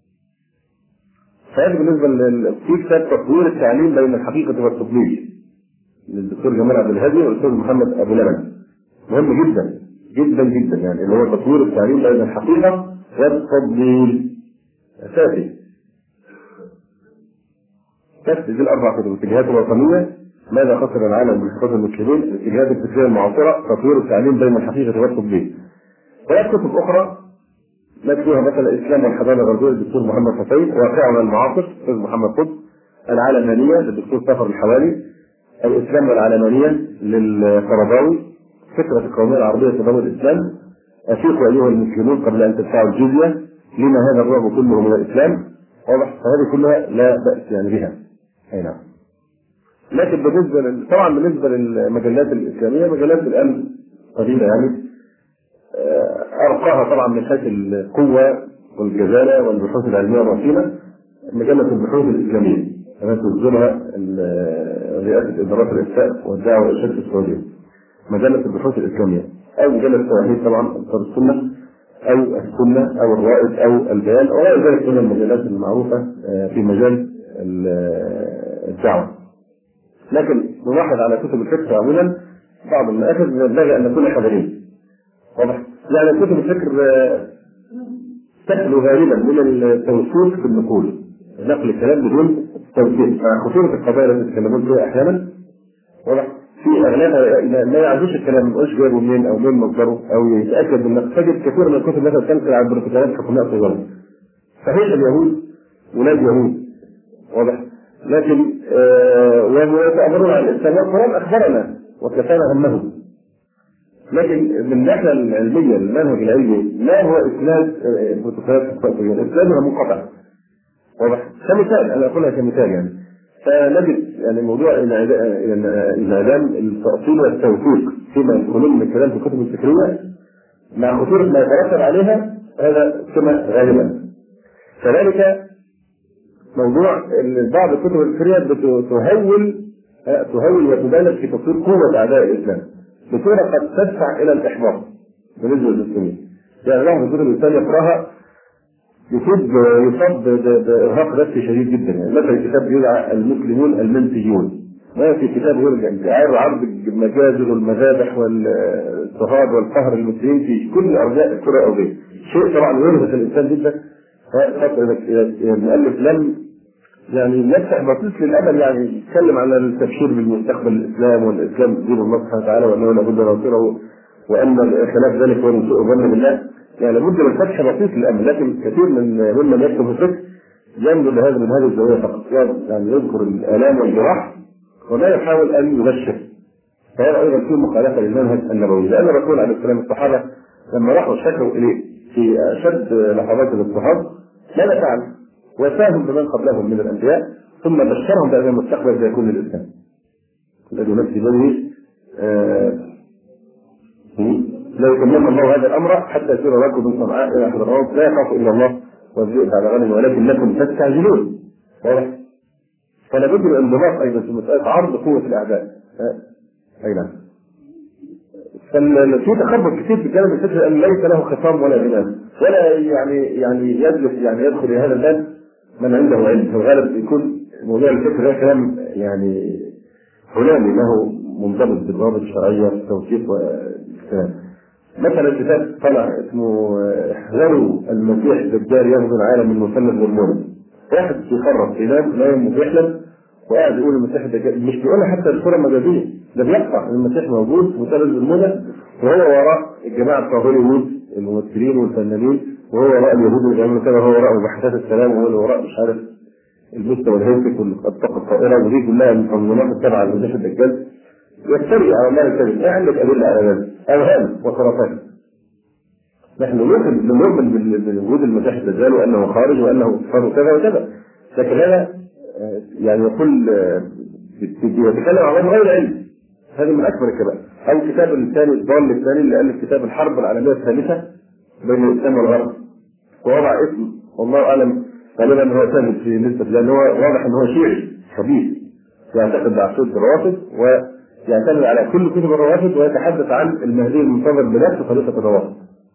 فهذا بالنسبة في كتاب تطوير التعليم بين الحقيقة والتضليل للدكتور جمال عبد الهادي والأستاذ محمد أبو لبن، مهم جدا جدا جدا، يعني اللي هو تطوير التعليم بين الحقيقة والتضليل أساسي. دي الاربع كتب: الاتجاهات الوطنيه، ماذا خسر العالم من حفاظ المسلمين، الاتجاهات الفكريه المعاصره، تطوير التعليم بين الحقيقه والتطبيق. وهي كتب اخرى مكتوبه مثلا الاسلام والحضاره الغربيه للدكتور محمد حسين، واقعنا المعاصر للدكتور محمد قطب، العلمانيه للدكتور سافر الحوالي، الاسلام والعلمانيه للقرضاوي، فكره القوميه العربيه في ضوء الاسلام، افيقوا ايها المسلمون قبل ان تدفعوا الجزيه، لما هذا الرعب كله من الاسلام. واضح؟ فهذه كلها لا باس يعني بها. اي نعم. لكن طبعا بالنسبه للمجلات الاسلاميه، مجلات الامن قليله يعني، ارقاها طبعا من حيث القوه والجزاله والبحوث العلميه الرصينه مجله البحوث الاسلاميه التي تصدرها رئاسه ادارات الافتاء والدعوه والارشاد في السعوديه. مجله البحوث الاسلاميه، او مجله التوحيد طبعا انصار السنه، او السنه، او الرائد، او البيان، وغير ذلك من المجالات المعروفه في مجال الدعوه. لكن نلاحظ على كتب الفكر عموما بعض المآخذ ينبغي ان نكون حذرين. واضح؟ يعني كتب الفكر تخلو غالبا من التوثيق في النقول، نقل الكلام بدون توثيق، خصوصا القضايا التي يتكلمون فيها احيانا. واضح؟ في اغلبها ما يعرفوش الكلام، ما يقولش جايبه منين او من مصدره او يتاكد من. تجد كثير من الكتب مثلا تنقل عن بروتوكولات حكومات صغيره. صحيح اليهود ولاد يهود، واضح؟ لكن ويتأمرون على الإسلام، والقرآن أخبرنا وكفانا همه. لكن من الناحية العلمية المنهج العلمي ما هو إسناد البروتوكولات التطبيقية؟ إسنادها منقطع. واضح؟ كمثال أنا أقولها كمثال يعني. فنجد يعني موضوع انعدام التأصيل والتوثيق فيما يدخلون من كلام في الكتب الفكرية مع خطورة ما يترتب عليها، هذا كما غالبا. كذلك موضوع ان بعض الكتب الفكرية تهول وتبالغ في تصوير قوة أعداء الإسلام بصورة قد تدفع إلى الإحباط بالنسبة للمسلمين. يعني بعض الكتب الإنسان يقرأها يصاب بإرهاق نفسي شديد جدا. يعني مثلا كتاب يدعى المسلمون المنسيون، ما في كتاب يرجع عرض المجازر والمذابح والاضطهاد والقهر المسلمين في كل أرجاء الكرة الأرضية، شيء طبعا يرهق الإنسان جدا. المؤلف لم يعني يفتح بطيس للأمل، يعني يتكلم عن التبشير بالمستقبل الإسلام، والإسلام دين الله سبحانه وتعالى، وأنه لابد نصره، وأن خلاف ذلك هو سوء الظن بالله. يعني لابد من فتح بسيط للأمل. لكن كثير ممن يكتب الفقه ينظر لهذا من هذه الزاوية فقط، يعني يذكر الآلام والجراح ولا يحاول أن يبشر. فهذا أيضا فيه مخالفة للمنهج النبوي، لأن الرسول عليه السلام الصحابة لما راحوا شكوا إليه في أشد لحظات الاضطهاد ماذا فعل؟ وساهم بمن قبلهم من الأنبياء، ثم بشرهم بأن المستقبل سيكون للإسلام. الذي نفسي به لا يكلم الله هذا الأمر حتى يصير رجل من صنعاء إلى حضرات لا يخاف إلا الله والذئب على غنم ولكنكم تستعجلون. واضح؟ فلا بد من انضباط أيضا في مسألة عرض قوة الأعداء. أي نعم. ففي تخبط كثير في كلام الفكر أن ليس له خصام ولا غنام، ولا يعني يجلس يعني يدخل إلى هذا الباب من عنده علم. في الغالب يكون موضوع الفكر ده كلام يعني هلامي له منضبط بالضوابط الشرعية والتوثيق والكلام. مثلا كتاب طلع اسمه احذروا المسيح الدجال يهدم العالم من مثلث الهرمون. واحد يخرب ينام ويحلم وقاعد يقول المسيح الدجال، مش بيقولها حتى بصورة مجازية، ده بيقطع المسيح موجود مثلث الهرمون، وهو وراء الجماعة بتوع هوليوود الممثلين والفنانين، وهو وراء اليهود اللي بيعملوا كده، وهو وراء مباحثات السلام، وهو وراء مش عارف البوسطة والهيلتك والطاقة الطائرة، ودي كلها المنظمات التابعة للمسيح الدجال. يفتري على الله الكذب. ما عندك أدلة على ذلك؟ أوهام وخرافات. نحن نؤمن بوجود المسيح الدجال وأنه خارج وأنه صار كذا وكذا، لكن هذا يعني يقول يتكلم عن غير علم. هذا من أكبر الكبائر. أو الكتاب الثاني الضال الثاني اللي ألف كتاب الحرب العالمية الثالثة بين الإسلام والغرب، ووضع اسم والله أعلم غالبا هو ثابت في نسبة، لأن هو واضح أنه شيعي خبيث يعتقد بعقيدة الروافض ويعتمد على كل كتب الروافض ويتحدث عن المهدي المنتظر بنفس طريقة الروافض.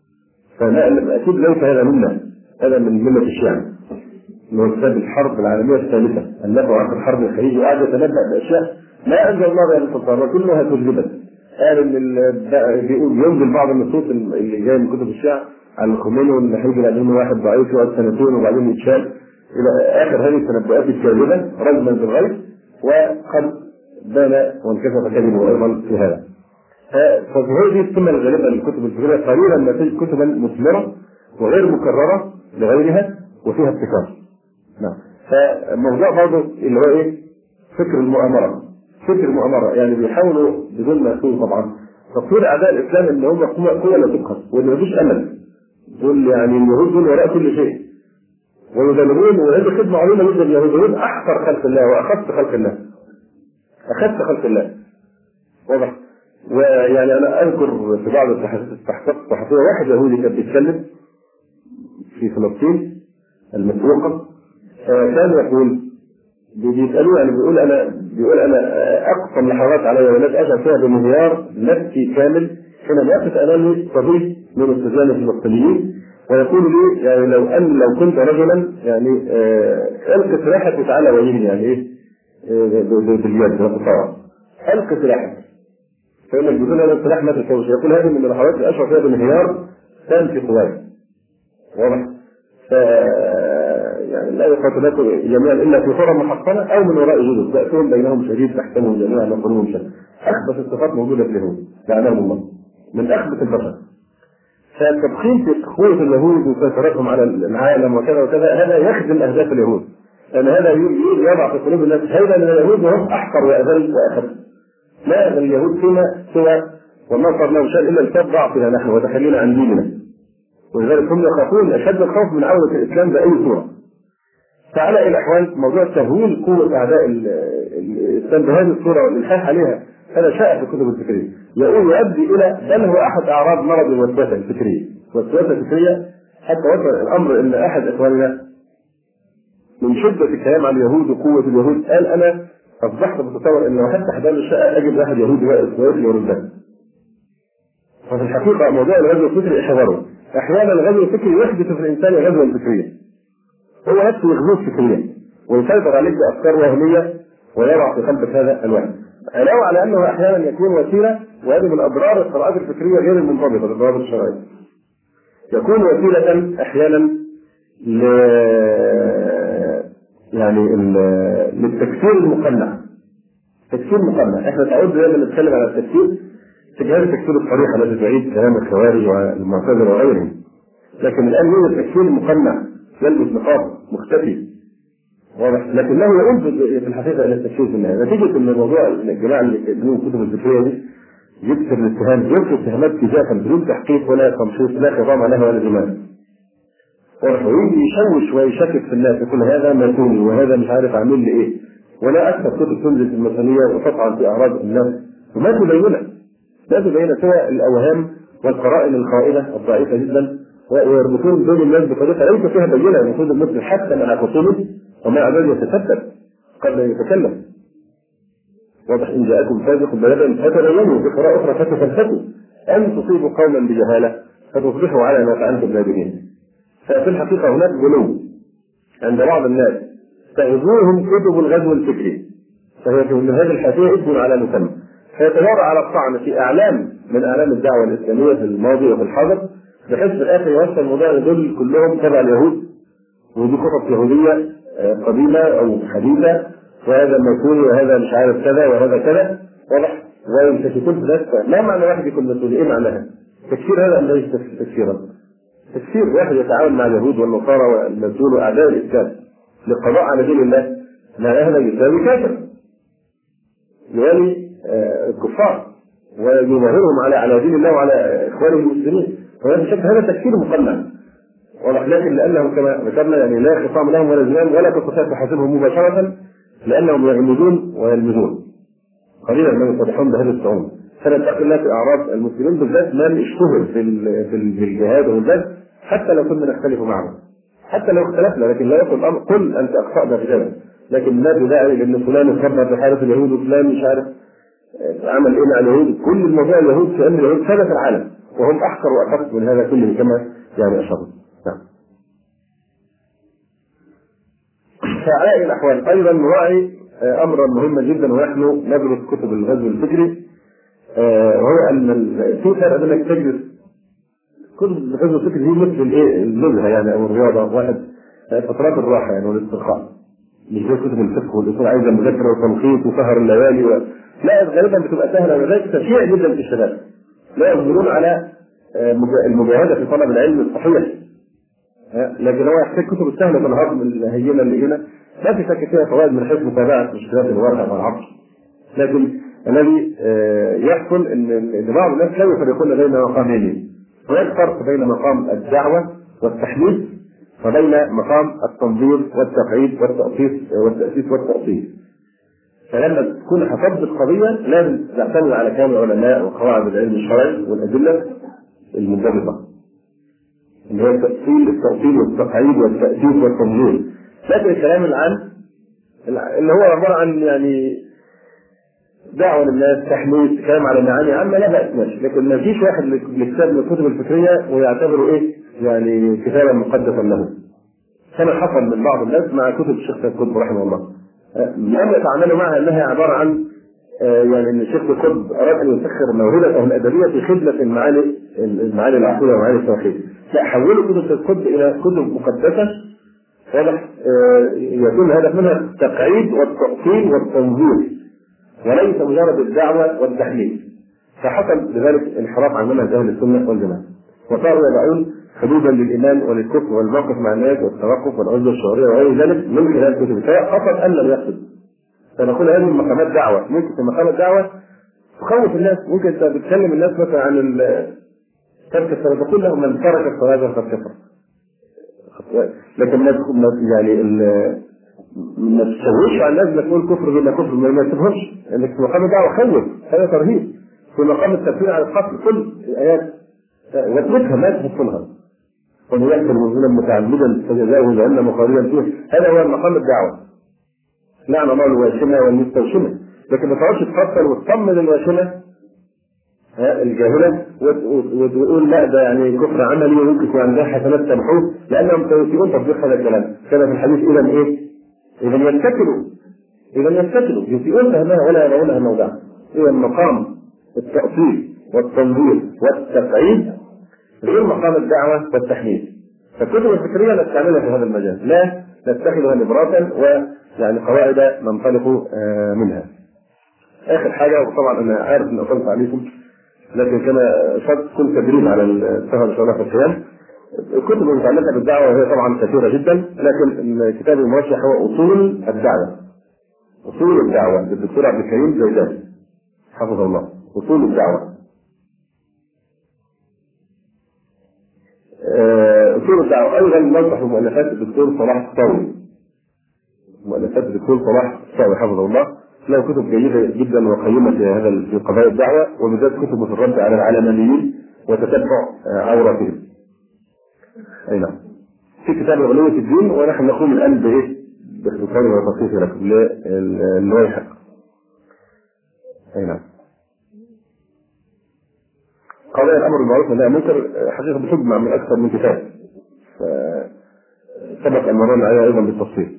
فلا أكيد ليس هذا منا، هذا من ملة الشيعة. هو كتاب الحرب العالمية الثالثة التي عقد حرب الخليج، وقعد يتنبأ بأشياء ما أنزل الله بها من سلطان وكلها كذبت. قال إن بيقول ينزل بعض النصوص اللي جاية من كتب الشيعة على الخميني وإن هيجي بعدين واحد ضعيف يقعد سنتين وبعدين يتشال إلى آخر هذه التنبؤات الكاذبة رجما بالغيب، وقد بان وانكشف كذبه أيضا في هذا. فهذه السمة الغالبة للكتب الفكرية، قليلا ما تجد كتبا مثمرة وغير مكررة لغيرها وفيها ابتكار. نعم. فالموضوع برضه اللي هو ايه؟ فكر المؤامرة. فكر المؤامرة يعني بيحاولوا بدون ما يقولوا طبعا تصوير أعداء الإسلام إن هم قوة لا تبخس وإن مفيش أمل. دول يعني اليهود دول وراء كل شيء. ويبالغون وعنده خدمة عظيمة جدا. اليهود أحقر خلق الله وأخف خلق الله. أخف خلق الله. واضح؟ ويعني أنا أذكر في بعض التحقيقات الصحفية واحد يهودي كان بيتكلم في فلسطين المسروقة، كان يقول بيسألوه يعني بيقول أنا أقصى اللحظات علي ولد أشعر فيها بانهيار نفسي كامل حينما يقف أمامي صبي من السجان الفلسطينيين ويقول لي يعني لو كنت رجلا يعني ألقي سلاحك وتعالى وجهني يعني إيه باليد والقطاع ألقي سلاحك. فإن الجدود هذا السلاح ما تسويش. يقول هذه من اللحظات اللي أشعر فيها بانهيار تام في قواي. واضح؟ يعني لا يقاتلكم جميعا الا في قرى محصنه او من وراء جدد بأسهم بينهم شديد تحسبهم جميعا يقولون شيئا. اخبث الصفات موجوده في اليهود لعنهم الله من اخبث البشر. فالتضخيم في قوه اليهود وسيطرتهم على العالم وكذا وكذا هذا يخدم اهداف اليهود. أن هذا يضع في قلوب الناس هيبة من اليهود وهم أحقر وأذل وأخف. لا من اليهود فيما سوى وما صرنا شيء إلا الكتاب ضعفنا نحن وتخلينا عن ديننا، ولذلك هم يخافون أشد الخوف من عودة الإسلام بأي صورة. فعلى الأحوال موضوع تهويل قوة أعداء الإسلام بهذه الصورة والإلحاح عليها هذا شائع في الكتب الفكرية، يؤدي إلى بل هو أحد أعراض مرض الوسوسة الفكرية. والوسوسة الفكرية حتى وصل الأمر إن أحد إخواننا من شدة الكلام عن اليهود وقوة اليهود قال أنا أصبحت بتصور إن لو حتى حدام الشقة أجد واحد يهودي واقف يردان. ففي الحقيقة موضوع الغزو الفكري احذره. أحيانا الغزو الفكري يحدث في الإنسان غزوا فكريا، هو نفسه يغزوك فكريا ويسيطر عليك بأفكار وهمية ويضع في قلبك هذا الوهم، علاوة على أنه أحيانا يكون وسيلة، وهذه من أضرار القراءات الفكرية غير المنضبطة بالضوابط الشرعية، يكون وسيلة أحيانا للتكفير المقنع. تكفير مقنع، احنا تعودنا دائما نتكلم على التكفير تجاه التكفير الصريح الذي تعيد كلام الخوارج والمعتزلة وغيرهم، لكن الآن يوجد التكفير المقنع يلبس نقاب مختفي واضح، لكنه يؤدي في الحقيقة إلى التكفير في النهاية. نتيجة أن الموضوع الجماعة اللي يكتبون الكتب الفكرية دي يكثر الاتهام، يكثر اتهامات كذافا بدون تحقيق ولا تمشيط لا خضام لها ولا زمان، ويجي يشوش ويشكك في الناس يقول هذا ماتوني وهذا مش عارف عامل لي ايه، ولا اكثر كتب تنزل في المثانية وتطعن في اعراض الناس وما تبين سوى الاوهام والقرائن الخائنة الضعيفة جدا، ويربطون بين الناس بطريقة ليس فيها بينة. المفروض المسلم حتى مع خصومه ومع ذلك يتستر قبل ان يتكلم. واضح إن جاءكم فاسق بنبأ فتبينوا، في قراءة أخرى فتثبتوا أن تصيبوا قوما بجهالة فتصبحوا على ما فعلتم نادمين. ففي الحقيقة هناك غلو عند بعض الناس تغزوهم كتب الغزو الفكري، فهي في هذه الحاشية اسم على مسمى، فيتوارى على الطعن في أعلام من أعلام الدعوة الإسلامية في الماضي وفي الحاضر، بحيث في الآخر يوصل الموضوع دول كلهم تبع اليهود ودي خطط يهودية قديمة أو حديثة، وهذا مسؤول وهذا مش عارف كذا وهذا كذا، واضح؟ ويمسكون في ذلك. ما معنى واحد يكون مسؤول؟ إيه معناها؟ تكفير هذا أم ليس تكفيرا؟ تكفير واحد يتعاون مع اليهود والنصارى والمسؤول وأعداء الإسلام للقضاء على دين الله، لا هذا يساوي كافر يوالي الكفار ويظاهرهم على دين الله وعلى إخوانه المسلمين، وهذا شك هذا تكفير مقنع. لكن لأنهم كما ذكرنا يعني لا خصام لهم ولا زمان ولا تستطيع تحاسبهم مباشرة، لأنهم يغمدون ويلمزون قليلا ما يصلحون بهذه الصعوبة. فنتقي الله في أعراض المسلمين بالذات من اشتهر في الجهاد والبذل، حتى لو كنا نختلف معهم، حتى لو اختلفنا، لكن لا يقول الأمر قل أنت أخطأنا في كذا، لكن ما بداعي لأن فلان خرب في حالة اليهود وفلان مش عارف عمل إيه مع اليهود. كل الموضوع اليهود في أمر اليهود ثبت العالم وهم أحقر وأخف من هذا كله كما يعني أشرنا. فعلى أي الأحوال أيضا نراعي أمرا مهما جدا ونحن ندرس كتب الغزو الفكري، وهو أن في فرق بينك تجلس كتب الغزو الفكري هي مثل النزهة يعني أو الرياضة، واحد فترات الراحة يعني والاسترخاء، مش زي كتب الفقه والأصول عايزة مذاكرة وتنقيط وسهر الليالي لا غالبا بتبقى سهلة ولذلك تشجيع جدا في الشباب لا يقدرون على المجاهدة في طلب العلم الصحيح، لكن هو يحتاج كتب السهلة من الهضم الهينة اللي هنا ما في شك فيها فوائد من حيث متابعة مشكلات الواقع والعصر. لكن الذي يحصل ان بعض الناس لا يفرقون بين مقامين، هناك فرق بين مقام الدعوة والتحديث وبين مقام التنظير والتقعيد والتأسيس والتأصيل. فلما تكون حفظت القضية لازم تعتمد على كلام العلماء وقواعد العلم الشرعي والأدلة المنضبطة اللي هو التأصيل والتقعيد والتأسيس والتنظير. لكن الكلام العام اللي هو عبارة عن يعني دعوة للناس تحميل كلام على معاني عامة لا بأس ماشي، لكن ما فيش واحد لكتاب من الكتب الفكرية ويعتبره إيه يعني كتابا مقدسا له، كما حصل من بعض الناس مع كتب الشيخ سيد قطب رحمه الله، لم يتعاملوا معها أنها عبارة عن يعني ان الشيخ قطب اراد ان يسخر موهبته الادبيه في خدمه المعاني العقليه ومعاني التوحيد، لا حولوا كتب القطب الى كتب مقدسه واضح يكون الهدف منها التقعيد والتأصيل والتنظير وليس مجرد الدعوه والتحليل. فحصل بذلك انحراف عن منهج اهل السنه والجماعه وصاروا يضعون حدودا للايمان وللكفر والموقف مع الناس والتوقف والعزله الشعوريه وغير ذلك من خلال كتب، سواء قصد ام لم يقصد. فنقول هذه مقامات دعوه، ممكن في مقام الدعوه تخوف الناس، ممكن انت بتكلم الناس مثلا عن ترك الصلاه تقول لهم من ترك الصلاه فقد كفر، لكن يعني ما تشوش على الناس تقول كفر بلا كفر، ما تفهمش انك في مقام الدعوه خوف، هذا ترهيب. في مقام التفسير على القتل كل الايات واثبتها ما تفصلها، ومن يقتل المؤمنا متعمدا فجزاؤه جهنم خالدا فيه، هذا هو مقام الدعوه. لعن الله الواشمه والمستوشمه، لكن ما تقعدش تفصل وتطمن الواشمه الجاهله وتقول لا ده يعني كفر عملي وممكن يكون عندها حسنات تمحوه، لانهم سيؤتون تطبيق هذا الكلام. كان في الحديث اذا ايه؟ اذا ينتكلوا يسيئون فهمها ولا يرونها موضعا. اذا مقام التأصيل والتنظير والتقعيد غير مقام الدعوه والتحميل. فالكتب الفكريه نستعملها في هذا المجال، لا نتخذها نبراتا ويعني قواعد ننطلق منها. اخر حاجه، وطبعا انا عارف ان اطلت عليكم لكن كان شرط كل تدريب على السهر ان شاء الله في القيام. الكتب المتعلقه بالدعوه وهي طبعا كثيره جدا، لكن الكتاب المرشح هو اصول الدعوه. اصول الدعوه للدكتور عبد الكريم زيدان حفظه الله. اصول الدعوه. اصول الدعوه ايضا ننصح بمؤلفات الدكتور صلاح الصاوي. مؤلفات الدكتور صلاح الصاوي حفظه الله له كتب جيده جدا وقيمه في قضايا الدعوه، وبالذات كتب في الرد على العلمانيين وتتبع عوراتهم. اي نعم. في كتاب علوية الدين، ونحن نقوم الان باختصار وتخصيص لكم للويحق. اي نعم. قضايا الامر بالمعروف والنهي عن المنكر حقيقه بتجمع من اكثر من كتاب، سبق ان مررنا عليها ايضا بالتفصيل.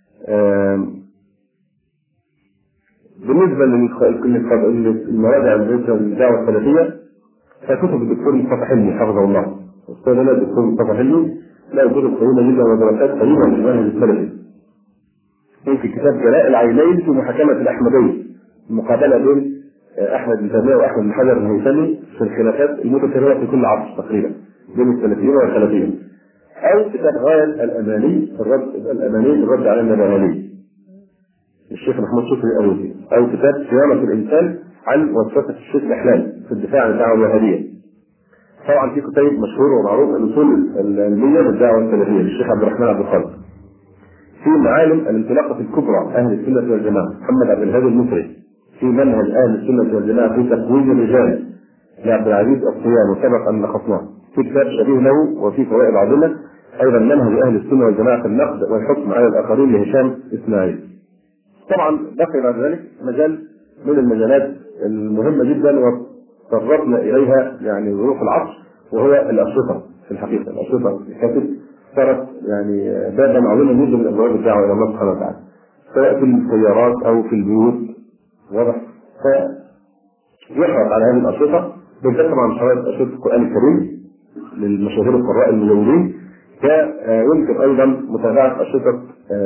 بالنسبه للمراجع الدعوه السلفيه فكتب الدكتور مصطفى حلمي حفظه الله. استاذنا الدكتور مصطفى حلمي له كتب قيمه جدا ودراسات قيمه في المنهج السلفي. يمكن كتاب جلاء العينين في محاكمه الاحمديه، المقابله بين احمد بن تيميه واحمد بن حجر الهيثمي في الخلافات المتكرره في كل عصر تقريبا بين السلفيين والخلفيين. او كتاب غايه الاماني الرد على النبهاني الشيخ محمود شكري الألوسي، او كتاب صيانه الانسان عن وسوسه الشيخ الاحلام في الدفاع عن الدعوه الوهابيه. طبعا في كتاب مشهور ومعروف الاصول العلميه للدعوه السلفيه للشيخ عبد الرحمن عبد الخالق. في معالم الانطلاقه الكبرى اهل السنه والجماعه محمد عبد الهادي المصري. في منهج اهل السنه والجماعه في تقويم الرجال لعبد العزيز الصيام وسبق ان نقصناه. في كتاب شبيه له وفي فوائد عظيمه ايضا منهج اهل السنه والجماعه في النقد والحكم على الاخرين لهشام اسماعيل. طبعا بقي بعد ذلك مجال من المجالات المهمه جدا وتطرقنا اليها يعني ظروف العصر، وهو الاشرطه. في الحقيقه الاشرطه الكاتب صارت يعني بابا عظيما جدا من ابواب الدعوه الى الله سبحانه وتعالى، سواء في السيارات او في البيوت. واضح؟ فيحرص على هذه الاشرطه، بالذات طبعا حوالي اشرطه القران الكريم للمشاهير القراء المجودين. ويمكن ايضا متابعه اشرطه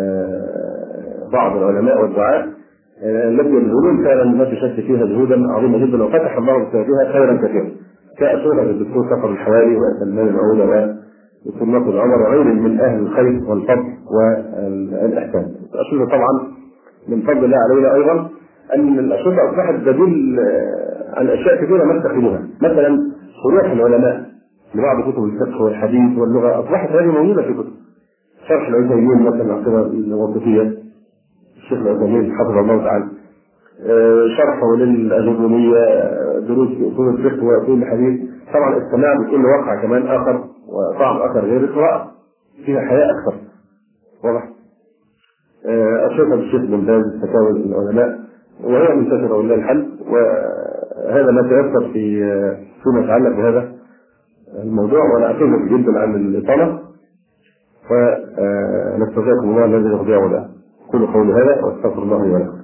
بعض العلماء والدعاة الذين يبذلون فعلا ما في شك فيها جهودا عظيمه جدا، وفتح الله بسببها خيرا كثيرا، كأشرطة الدكتور سفر الحوالي وسلمان العودة ودكتور ناصر العمر وغيرهم من اهل الخير والفضل والاحسان. الاشرطه طبعا من فضل الله علينا ايضا ان الاشرطه اصبحت بديل عن اشياء كثيره نستخدمها، مثلا شروح العلماء لبعض كتب الفقه والحديث واللغه اصبحت هذه موجوده في كتب. شرح العثيمين مثلا العقيده الوظيفيه الشيخ العثيمين حفظه الله تعالى، شرحه للاجروميه، دروس في اصول الفقه واصول الحديث. طبعا السماع بكل واقع كمان اخر وطعم اخر غير القراءه، فيها حياه اكثر. واضح؟ اشرطه الشيخ بن باز فتاوى العلماء وهي منتشره ولله الحمد، وهذا ما تيسر فيما يتعلق بهذا الموضوع. وانا اعتذر جدا عن الاطاله ونستودعكم الله الذي يرضيه ولا. قولوا قولي هذا واستغفر الله لي ولكم.